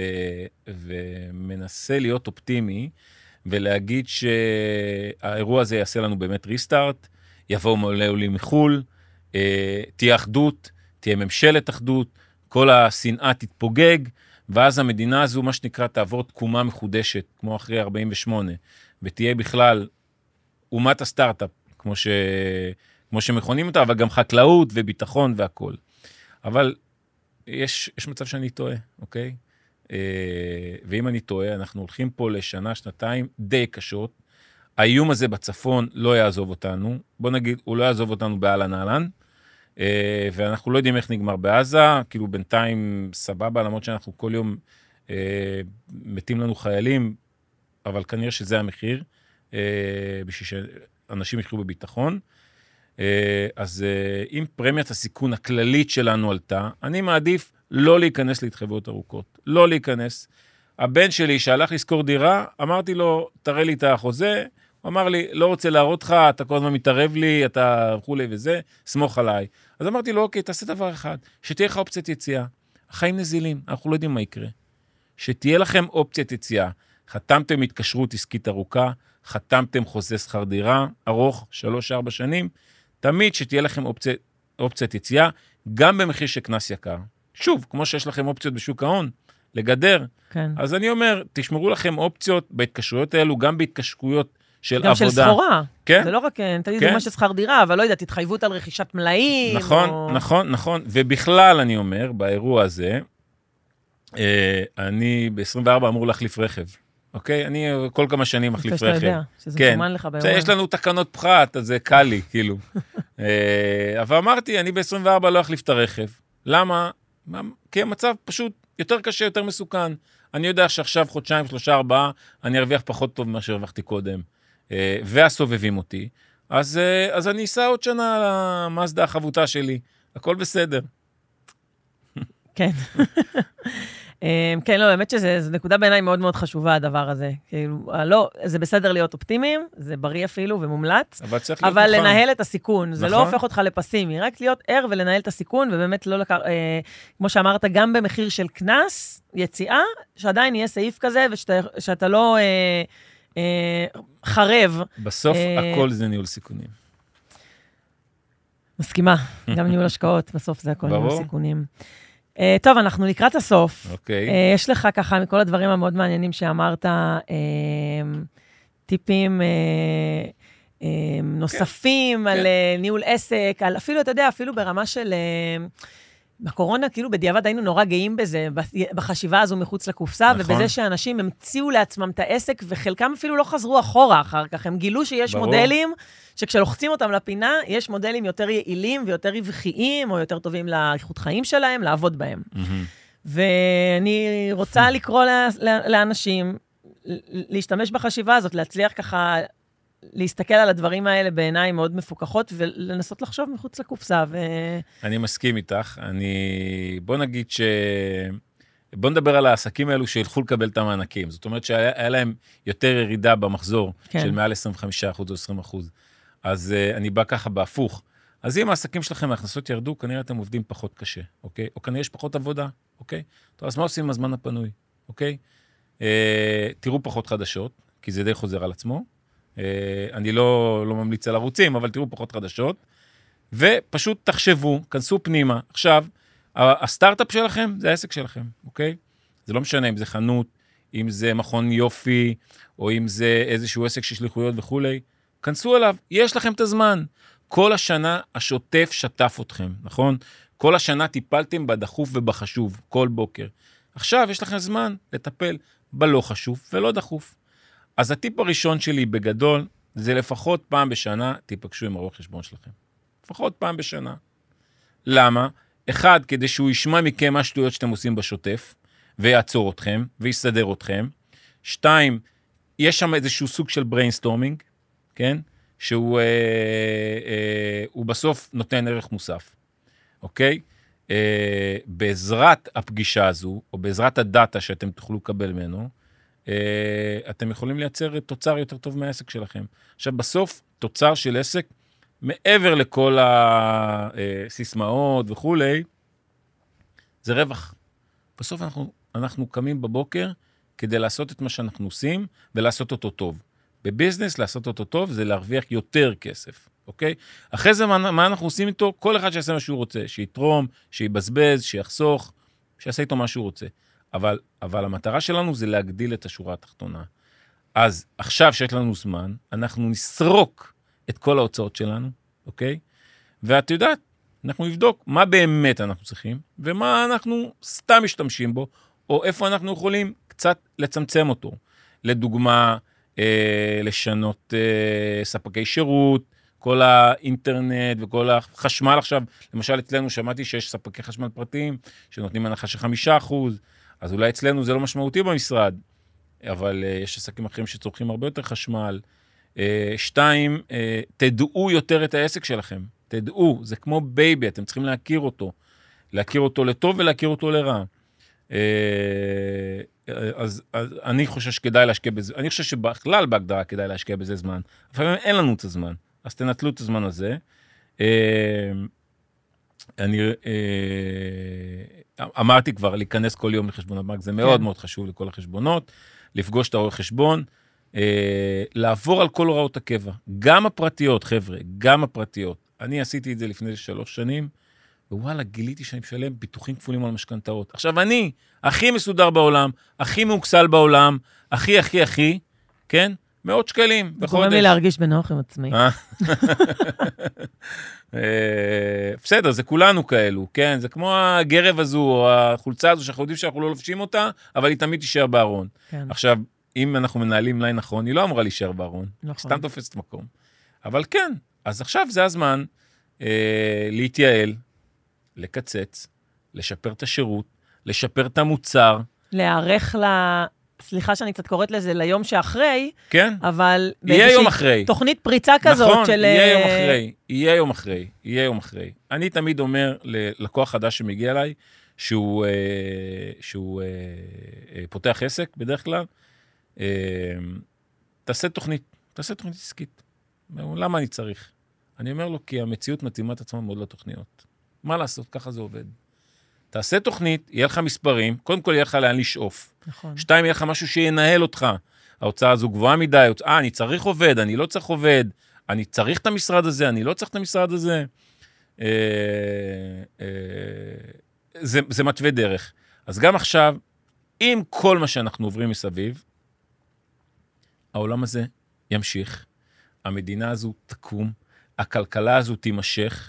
Speaker 6: ומנסה להיות אופטימי, ולהגיד שהאירוע הזה יעשה לנו באמת ריסטארט, יבואו מלא עולים מחול, אה, תהיה אחדות, תהיה ממשלת אחדות, כל השנאה תתפוגג, ואז המדינה הזו, מה שנקרא, תעבור תקומה מחודשת, כמו אחרי ארבעים ושמונה, ותהיה בכלל אומת הסטארט-אפ, כמו, ש... כמו שמכונים אותה, אבל גם חקלאות וביטחון והכל. אבל יש, יש מצב שאני טועה, אוקיי? ואם אני טועה, אנחנו הולכים פה לשנה, שנתיים די קשות. האיום הזה בצפון לא יעזוב אותנו. בוא נגיד, הוא לא יעזוב אותנו באלן אלן, ואנחנו לא יודעים איך נגמר בעזה, כאילו בינתיים סבבה, למרות שאנחנו כל יום מתים לנו חיילים, אבל כנראה שזה המחיר, בשביל שאנשים יחיו בביטחון. אז אם פרמיית הסיכון הכללית שלנו עלתה, אני מעדיף לא להיכנס להתחייבויות ארוכות, לא להיכנס. הבן שלי שהלך לזכור דירה, אמרתי לו, תראה לי את החוזה, הוא אמר לי, לא רוצה להראות לך, אתה כל הזמן מתערב לי, אתה וכולי וזה, סמוך עליי. אז אמרתי לו, אוקיי, תעשה דבר אחד, שתהיה לך אופציית יציאה. החיים נזילים, אנחנו לא יודעים מה יקרה. שתהיה לכם אופציית יציאה. חתמתם התקשרות עסקית ארוכה, חתמתם חוזה שכר דירה, ארוך, שלוש, ארבע שנים, תמיד שתהיה לכם אופציה, אופציית יציאה, גם במחיר של כנס יקר. שוב, כמו שיש לכם אופציות בשוק ההון, לגדר.
Speaker 5: כן.
Speaker 6: אז אני אומר, תשמרו לכם אופציות בהתקשרויות האלו, גם בהתקשרויות של
Speaker 5: גם
Speaker 6: עבודה.
Speaker 5: של סחורה.
Speaker 6: כן.
Speaker 5: זה לא רק, תגיד,
Speaker 6: כן.
Speaker 5: דוגמה של שכר דירה, אבל לא יודעת, התחייבות על רכישת מלאים.
Speaker 6: נכון,
Speaker 5: או...
Speaker 6: נכון, נכון. ובכלל, אני אומר, באירוע הזה, אה, אני ב-עשרים וארבע אמור להחליף רכב. אוקיי? אני כל כמה שנים מחליף רכב.
Speaker 5: לפני שאתה יודע, שזה
Speaker 6: כן.
Speaker 5: מסומן לך באירוע.
Speaker 6: יש לנו תקנות פחת, אז זה קל לי, כאילו. אה, אבל אמרתי, אני ב-עשרים וארבע לא אחליף את הרכב. למה? כי המצב פשוט יותר קשה, יותר מסוכן. אני יודע שעכשיו חודשיים, שלושה, ארבעה, אני ארוויח פחות טוב ממה שהרווחתי קודם, והסובבים אותי. אז, אז אני אסע עוד שנה על המאזדה החבוטה שלי. הכל בסדר.
Speaker 5: כן. כן, לא, באמת שזו נקודה בעיניי מאוד מאוד חשובה, הדבר הזה. כאילו, לא, זה בסדר להיות אופטימיים, זה בריא אפילו ומומלץ,
Speaker 6: אבל צריך להיות
Speaker 5: אבל
Speaker 6: מוכן.
Speaker 5: לנהל את הסיכון, זה
Speaker 6: נכון.
Speaker 5: לא הופך אותך לפסימי, רק להיות ער ולנהל את הסיכון, ובאמת לא לקח, אה, כמו שאמרת, גם במחיר של כנס, יציאה, שעדיין יהיה סעיף כזה, ושאתה לא אה, אה, חרב.
Speaker 6: בסוף
Speaker 5: אה,
Speaker 6: הכל זה ניהול סיכונים.
Speaker 5: מסכימה, גם ניהול השקעות, בסוף זה הכל
Speaker 6: ברור.
Speaker 5: ניהול סיכונים. Uh, טוב, אנחנו לקראת הסוף.
Speaker 6: אוקיי.
Speaker 5: Uh, יש לך ככה, מכל הדברים המאוד מעניינים שאמרת, uh, טיפים uh, uh, נוספים על uh, ניהול עסק, על, אפילו, אתה יודע, אפילו ברמה של... Uh, בקורונה, כאילו בדיעבד היינו נורא גאים בזה, בחשיבה הזו מחוץ לקופסה, נכון. ובזה שאנשים המציאו לעצמם את העסק, וחלקם אפילו לא חזרו אחורה אחר כך. הם גילו שיש ברור. מודלים, שכשלוחצים אותם לפינה, יש מודלים יותר יעילים ויותר רווחיים, או יותר טובים לאיכות חיים שלהם, לעבוד בהם. Mm-hmm. ואני רוצה לקרוא לאנשים, להשתמש בחשיבה הזאת, להצליח ככה... להסתכל על הדברים האלה בעיניים מאוד מפוקחות, ולנסות לחשוב מחוץ לקופסה. ו...
Speaker 6: אני מסכים איתך. אני... בוא נגיד ש... בוא נדבר על העסקים האלו שילכו לקבל את המענקים. זאת אומרת שהיה להם יותר ירידה במחזור, כן. של מעל עשרים וחמישה אחוז או עשרים אחוז. אז uh, אני בא ככה בהפוך. אז אם העסקים שלכם, ההכנסות ירדו, כנראה אתם עובדים פחות קשה, אוקיי? או כנראה יש פחות עבודה, אוקיי? טוב, אז מה עושים עם הזמן הפנוי, אוקיי? Uh, תראו פחות חדשות, כי זה די חוזר על עצמו. אני לא, לא ממליץ על ערוצים, אבל תראו פחות חדשות, ופשוט תחשבו, כנסו פנימה. עכשיו, הסטארט-אפ שלכם זה העסק שלכם, אוקיי? זה לא משנה אם זה חנות, אם זה מכון יופי, או אם זה איזשהו עסק של שליחויות וכולי, כנסו אליו, יש לכם את הזמן. כל השנה השוטף שטף אתכם, נכון? כל השנה טיפלתם בדחוף ובחשוב, כל בוקר. עכשיו יש לכם זמן לטפל בלא חשוב ולא דחוף. אז הטיפ הראשון שלי בגדול, זה לפחות פעם בשנה תיפגשו עם הרואה חשבון שלכם. לפחות פעם בשנה. למה? אחד, כדי שהוא ישמע מכם מה השטויות שאתם עושים בשוטף, ויעצור אתכם, ויסדר אתכם. שתיים, יש שם איזשהו סוג של בריינסטורמינג, כן? שהוא אה, אה, הוא בסוף נותן ערך מוסף. אוקיי? אה, בעזרת הפגישה הזו, או בעזרת הדאטה שאתם תוכלו לקבל ממנו, אתם יכולים לייצר תוצר יותר טוב מהעסק שלכם. עכשיו, בסוף, תוצר של עסק, מעבר לכל הסיסמאות וכולי, זה רווח. בסוף אנחנו, אנחנו קמים בבוקר כדי לעשות את מה שאנחנו עושים, ולעשות אותו טוב. בביזנס, לעשות אותו טוב, זה להרוויח יותר כסף, אוקיי? אחרי זה, מה, מה אנחנו עושים איתו? כל אחד שיעשה מה שהוא רוצה, שיתרום, שיבזבז, שיחסוך, שיעשה איתו מה שהוא רוצה. אבל, אבל המטרה שלנו זה להגדיל את השורה התחתונה. אז עכשיו שיש לנו זמן, אנחנו נסרוק את כל ההוצאות שלנו, אוקיי? ואת יודעת, אנחנו נבדוק מה באמת אנחנו צריכים, ומה אנחנו סתם משתמשים בו, או איפה אנחנו יכולים קצת לצמצם אותו. לדוגמה, אה, לשנות אה, ספקי שירות, כל האינטרנט וכל החשמל עכשיו, למשל אצלנו שמעתי שיש ספקי חשמל פרטיים, שנותנים הנחה של חמישה אחוז, אז אולי אצלנו זה לא משמעותי במשרד, אבל uh, יש עסקים אחרים שצורכים הרבה יותר חשמל. Uh, שתיים, uh, תדעו יותר את העסק שלכם. תדעו, זה כמו בייבי, אתם צריכים להכיר אותו. להכיר אותו לטוב ולהכיר אותו לרע. Uh, אז, אז אני חושב שכדאי להשקיע בזה, אני חושב שבכלל בהגדרה כדאי להשקיע בזה זמן. לפעמים אין לנו את הזמן, אז תנצלו את הזמן הזה. Uh, אני אה, אמרתי כבר, להיכנס כל יום לחשבון הבנק, זה מאוד מאוד חשוב לכל החשבונות, לפגוש את הרואה חשבון, אה, לעבור על כל הוראות הקבע. גם הפרטיות, חבר'ה, גם הפרטיות. אני עשיתי את זה לפני שלוש שנים, ווואלה, גיליתי שאני משלם ביטוחים כפולים על משכנתאות. עכשיו, אני הכי מסודר בעולם, הכי מאוקסל בעולם, הכי, הכי, הכי, כן? מאות שקלים בחודש.
Speaker 5: גורם לי להרגיש בנוח עם עצמי.
Speaker 6: בסדר, זה כולנו כאלו, כן? זה כמו הגרב הזו, או החולצה הזו, שאנחנו יודעים שאנחנו לא לובשים אותה, אבל היא תמיד תישאר בארון. עכשיו, אם אנחנו מנהלים מלאי נכון, היא לא אמורה להישאר בארון. סתם תופסת מקום. אבל כן, אז עכשיו זה הזמן להתייעל, לקצץ, לשפר את השירות, לשפר את המוצר.
Speaker 5: להיערך ל... סליחה שאני קצת קוראת לזה ליום שאחרי,
Speaker 6: כן.
Speaker 5: אבל...
Speaker 6: יהיה יום אחרי.
Speaker 5: תוכנית פריצה כזאת
Speaker 6: נכון,
Speaker 5: של...
Speaker 6: יהיה יום אחרי, יהיה יום אחרי, יהיה יום אחרי. אני תמיד אומר ללקוח חדש שמגיע אליי, שהוא, שהוא פותח עסק בדרך כלל, תעשה תוכנית, תעשה תוכנית עסקית. למה אני צריך? אני אומר לו, כי המציאות מתאימה את עצמה מאוד לתוכניות. מה לעשות? ככה זה עובד. תעשה תוכנית, יהיה לך מספרים, קודם כל יהיה לך לאן לשאוף.
Speaker 5: נכון.
Speaker 6: שתיים, יהיה לך משהו שינהל אותך. ההוצאה הזו גבוהה מדי, אה, אני צריך עובד, אני לא צריך עובד, אני צריך את המשרד הזה, אני לא צריך את המשרד הזה. אה, אה, זה, זה מתווה דרך. אז גם עכשיו, עם כל מה שאנחנו עוברים מסביב, העולם הזה ימשיך, המדינה הזו תקום, הכלכלה הזו תימשך,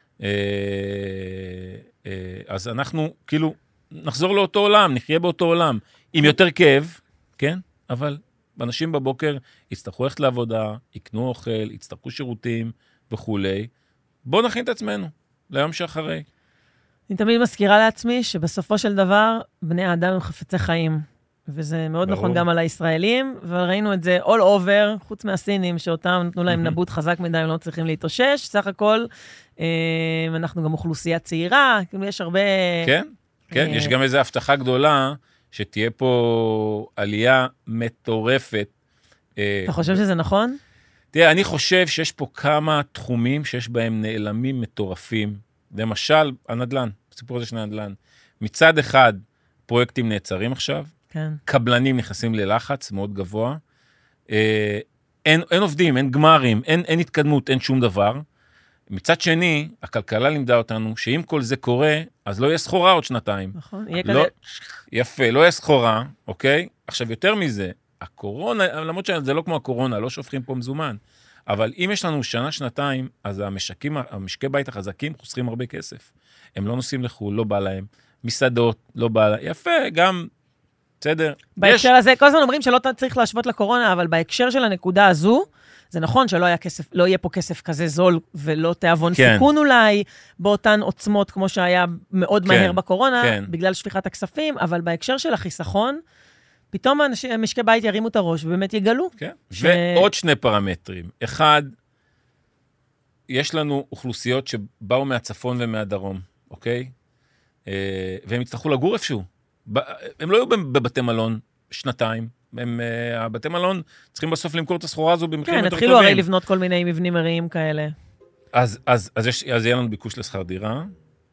Speaker 6: אז אנחנו כאילו נחזור לאותו עולם, נחיה באותו עולם, עם יותר כאב, כן? אבל אנשים בבוקר יצטרכו ללכת לעבודה, יקנו אוכל, יצטרכו שירותים וכולי. בואו נכין את עצמנו ליום שאחרי.
Speaker 5: אני תמיד מזכירה לעצמי שבסופו של דבר בני האדם הם חפצי חיים. וזה מאוד ברור. נכון גם על הישראלים, וראינו את זה all over, חוץ מהסינים, שאותם נתנו להם נבוט חזק מדי, הם לא צריכים להתאושש, סך הכל, אנחנו גם אוכלוסייה צעירה, כאילו יש הרבה...
Speaker 6: כן, כן, יש גם איזו הבטחה גדולה, שתהיה פה עלייה מטורפת.
Speaker 5: אתה חושב שזה נכון?
Speaker 6: תראה, אני חושב שיש פה כמה תחומים שיש בהם נעלמים מטורפים, למשל, הנדל"ן, הסיפור הזה של הנדל"ן. מצד אחד, פרויקטים נעצרים עכשיו, כן. קבלנים נכנסים ללחץ מאוד גבוה, אה, אין, אין עובדים, אין גמרים, אין, אין התקדמות, אין שום דבר. מצד שני, הכלכלה לימדה אותנו שאם כל זה קורה, אז לא יהיה סחורה עוד שנתיים.
Speaker 5: נכון, יהיה
Speaker 6: לא,
Speaker 5: כזה...
Speaker 6: יפה, לא יהיה סחורה, אוקיי? עכשיו, יותר מזה, הקורונה, למרות שזה לא כמו הקורונה, לא שופכים פה מזומן, אבל אם יש לנו שנה, שנתיים, אז המשקים, המשקי בית החזקים חוסכים הרבה כסף. הם לא נוסעים לחו"ל, לא בא להם. מסעדות, לא בא להם. יפה, גם... בסדר.
Speaker 5: בהקשר הזה, כל הזמן אומרים שלא צריך להשוות לקורונה, אבל בהקשר של הנקודה הזו, זה נכון שלא היה כסף, לא יהיה פה כסף כזה זול, ולא תיאבון סיכון אולי, באותן עוצמות כמו שהיה מאוד מהר בקורונה, בגלל שפיכת הכספים, אבל בהקשר של החיסכון, פתאום המשקי בית ירימו את הראש, ובאמת יגלו.
Speaker 6: ועוד שני פרמטרים. אחד, יש לנו אוכלוסיות שבאו מהצפון ומהדרום, אוקיי? והם יצטרכו לגור איפשהו. הם לא היו בבתי מלון שנתיים, הם, הבתי מלון צריכים בסוף למכור את הסחורה הזו במחירים יותר טובים.
Speaker 5: כן, התחילו הרי לבנות כל מיני מבנים עריים כאלה.
Speaker 6: אז, אז, אז, יש, אז יהיה לנו ביקוש לשכר דירה,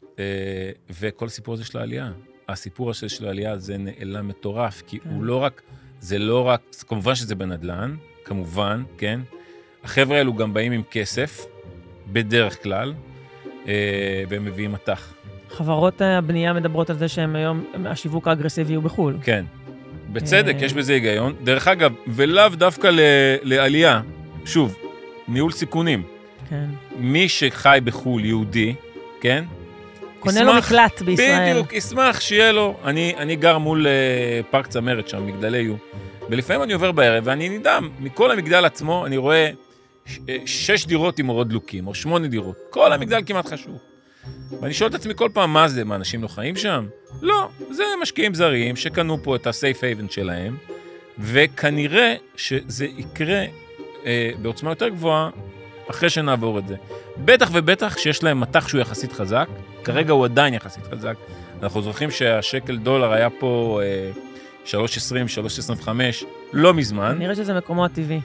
Speaker 6: וכל הסיפור הזה של העלייה. הסיפור הזה של העלייה זה נעלם מטורף, כי הוא לא רק, זה לא רק, כמובן שזה בנדלן, כמובן, כן? החבר'ה האלו גם באים עם כסף, בדרך כלל, והם מביאים מתח.
Speaker 5: חברות הבנייה מדברות על זה שהם היום, השיווק האגרסיבי הוא בחול.
Speaker 6: כן. בצדק, יש בזה היגיון. דרך אגב, ולאו דווקא לעלייה, שוב, ניהול סיכונים.
Speaker 5: כן.
Speaker 6: מי שחי בחול יהודי, כן?
Speaker 5: קונה לו מקלט בישראל.
Speaker 6: בדיוק, ישמח שיהיה לו. אני, אני גר מול פארק צמרת שם, מגדלי יו. ולפעמים אני עובר בערב, ואני נדהם, מכל המגדל עצמו, אני רואה שש דירות עם אורות דלוקים, או שמונה דירות. כל המגדל כמעט חשוב. ואני שואל את עצמי כל פעם, מה זה? מה, אנשים לא חיים שם? לא, זה משקיעים זרים שקנו פה את ה-safe haven שלהם, וכנראה שזה יקרה אה, בעוצמה יותר גבוהה אחרי שנעבור את זה. בטח ובטח שיש להם מתח שהוא יחסית חזק, כרגע הוא עדיין יחסית חזק. אנחנו זוכרים שהשקל דולר היה פה אה, שלוש עשרים, שלוש עשרים וחמש, לא מזמן.
Speaker 5: נראה שזה מקומו הטבעי.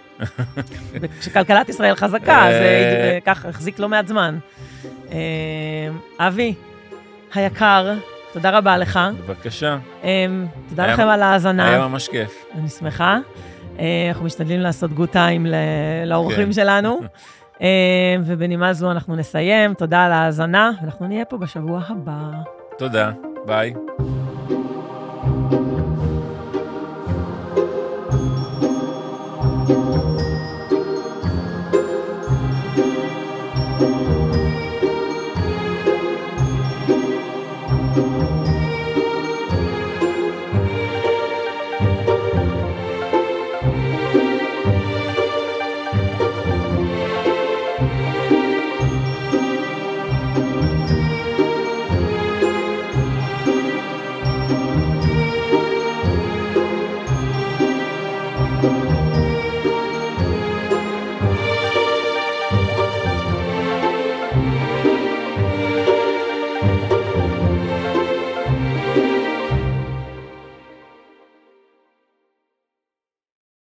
Speaker 5: שכלכלת ישראל חזקה, זה כך החזיק לא מעט זמן. אבי, היקר, תודה רבה לך.
Speaker 6: בבקשה.
Speaker 5: תודה לכם על ההאזנה.
Speaker 6: היה ממש כיף.
Speaker 5: אני שמחה. אנחנו משתדלים לעשות גוד טיים לאורחים שלנו. ובנימה זו אנחנו נסיים. תודה על ההאזנה, ואנחנו נהיה פה בשבוע הבא.
Speaker 6: תודה, ביי.